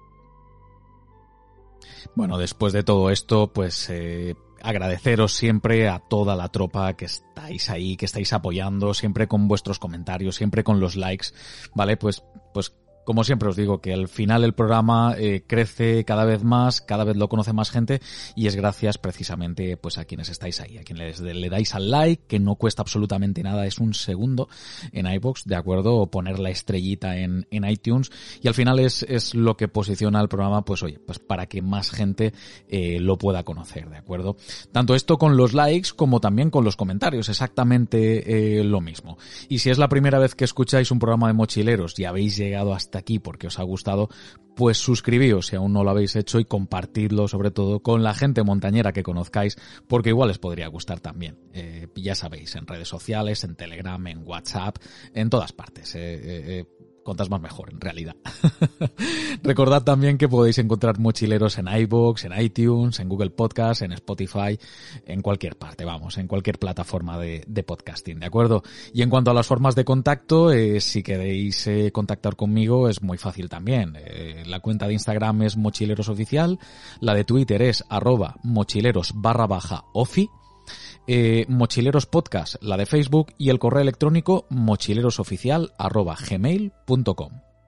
Bueno, después de todo esto, pues agradeceros siempre a toda la tropa que estáis ahí, que estáis apoyando, siempre con vuestros comentarios, siempre con los likes, ¿vale? Pues Como siempre os digo que al final el programa crece cada vez más, cada vez lo conoce más gente y es gracias precisamente pues a quienes estáis ahí, a quienes le dais al like, que no cuesta absolutamente nada, es un segundo en iVoox, ¿de acuerdo? O poner la estrellita en iTunes y al final es lo que posiciona el programa, pues oye, pues para que más gente lo pueda conocer, ¿de acuerdo? Tanto esto con los likes como también con los comentarios, exactamente lo mismo. Y si es la primera vez que escucháis un programa de mochileros y habéis llegado hasta aquí porque os ha gustado, pues suscribíos si aún no lo habéis hecho y compartidlo sobre todo con la gente montañera que conozcáis porque igual les podría gustar también. Ya sabéis, en redes sociales, en Telegram, en WhatsApp, en todas partes. Cuantas más mejor, en realidad. Recordad también que podéis encontrar mochileros en iVoox, en iTunes, en Google Podcast, en Spotify, en cualquier parte, vamos, en cualquier plataforma de podcasting, ¿de acuerdo? Y en cuanto a las formas de contacto, si queréis contactar conmigo es muy fácil también. La cuenta de Instagram es mochilerosoficial, la de Twitter es @mochileros_ofi. Mochileros Podcast, la de Facebook y el correo electrónico mochilerosoficial@gmail.com.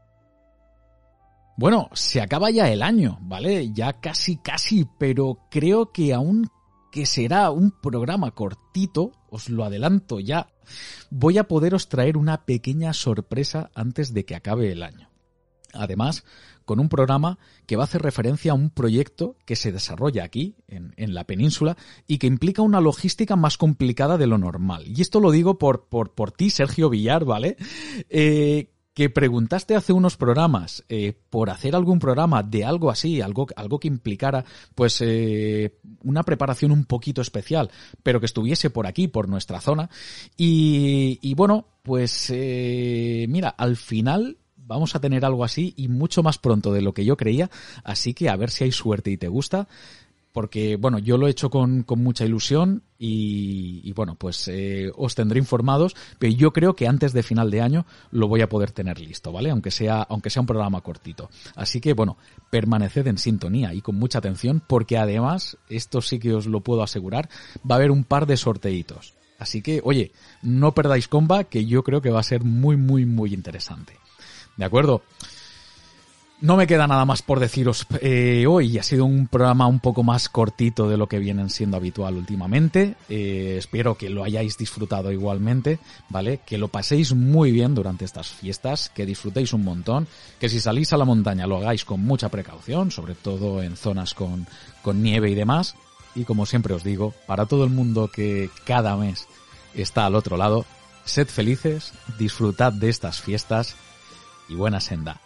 Bueno, se acaba ya el año, ¿vale? Ya casi, pero creo que aún que será un programa cortito, os lo adelanto ya, voy a poderos traer una pequeña sorpresa antes de que acabe el año. Además, con un programa que va a hacer referencia a un proyecto que se desarrolla aquí, en la península, y que implica una logística más complicada de lo normal. Y esto lo digo por ti, Sergio Villar, ¿vale? Que preguntaste hace unos programas por hacer algún programa de algo así, algo que implicara pues una preparación un poquito especial, pero que estuviese por aquí, por nuestra zona. Y bueno, pues mira, al final vamos a tener algo así y mucho más pronto de lo que yo creía, así que a ver si hay suerte y te gusta, porque bueno, yo lo he hecho con mucha ilusión y bueno, pues os tendré informados, pero yo creo que antes de final de año lo voy a poder tener listo, ¿vale? Aunque sea un programa cortito. Así que bueno, permaneced en sintonía y con mucha atención, porque además, esto sí que os lo puedo asegurar, va a haber un par de sorteitos. Así que, oye, no perdáis comba, que yo creo que va a ser muy, muy, muy interesante. ¿De acuerdo? No me queda nada más por deciros hoy. Ha sido un programa un poco más cortito de lo que vienen siendo habitual últimamente. Espero que lo hayáis disfrutado igualmente, ¿vale? Que lo paséis muy bien durante estas fiestas, que disfrutéis un montón, que si salís a la montaña lo hagáis con mucha precaución, sobre todo en zonas con nieve y demás. Y como siempre os digo, para todo el mundo que cada mes está al otro lado, sed felices, disfrutad de estas fiestas y buena senda.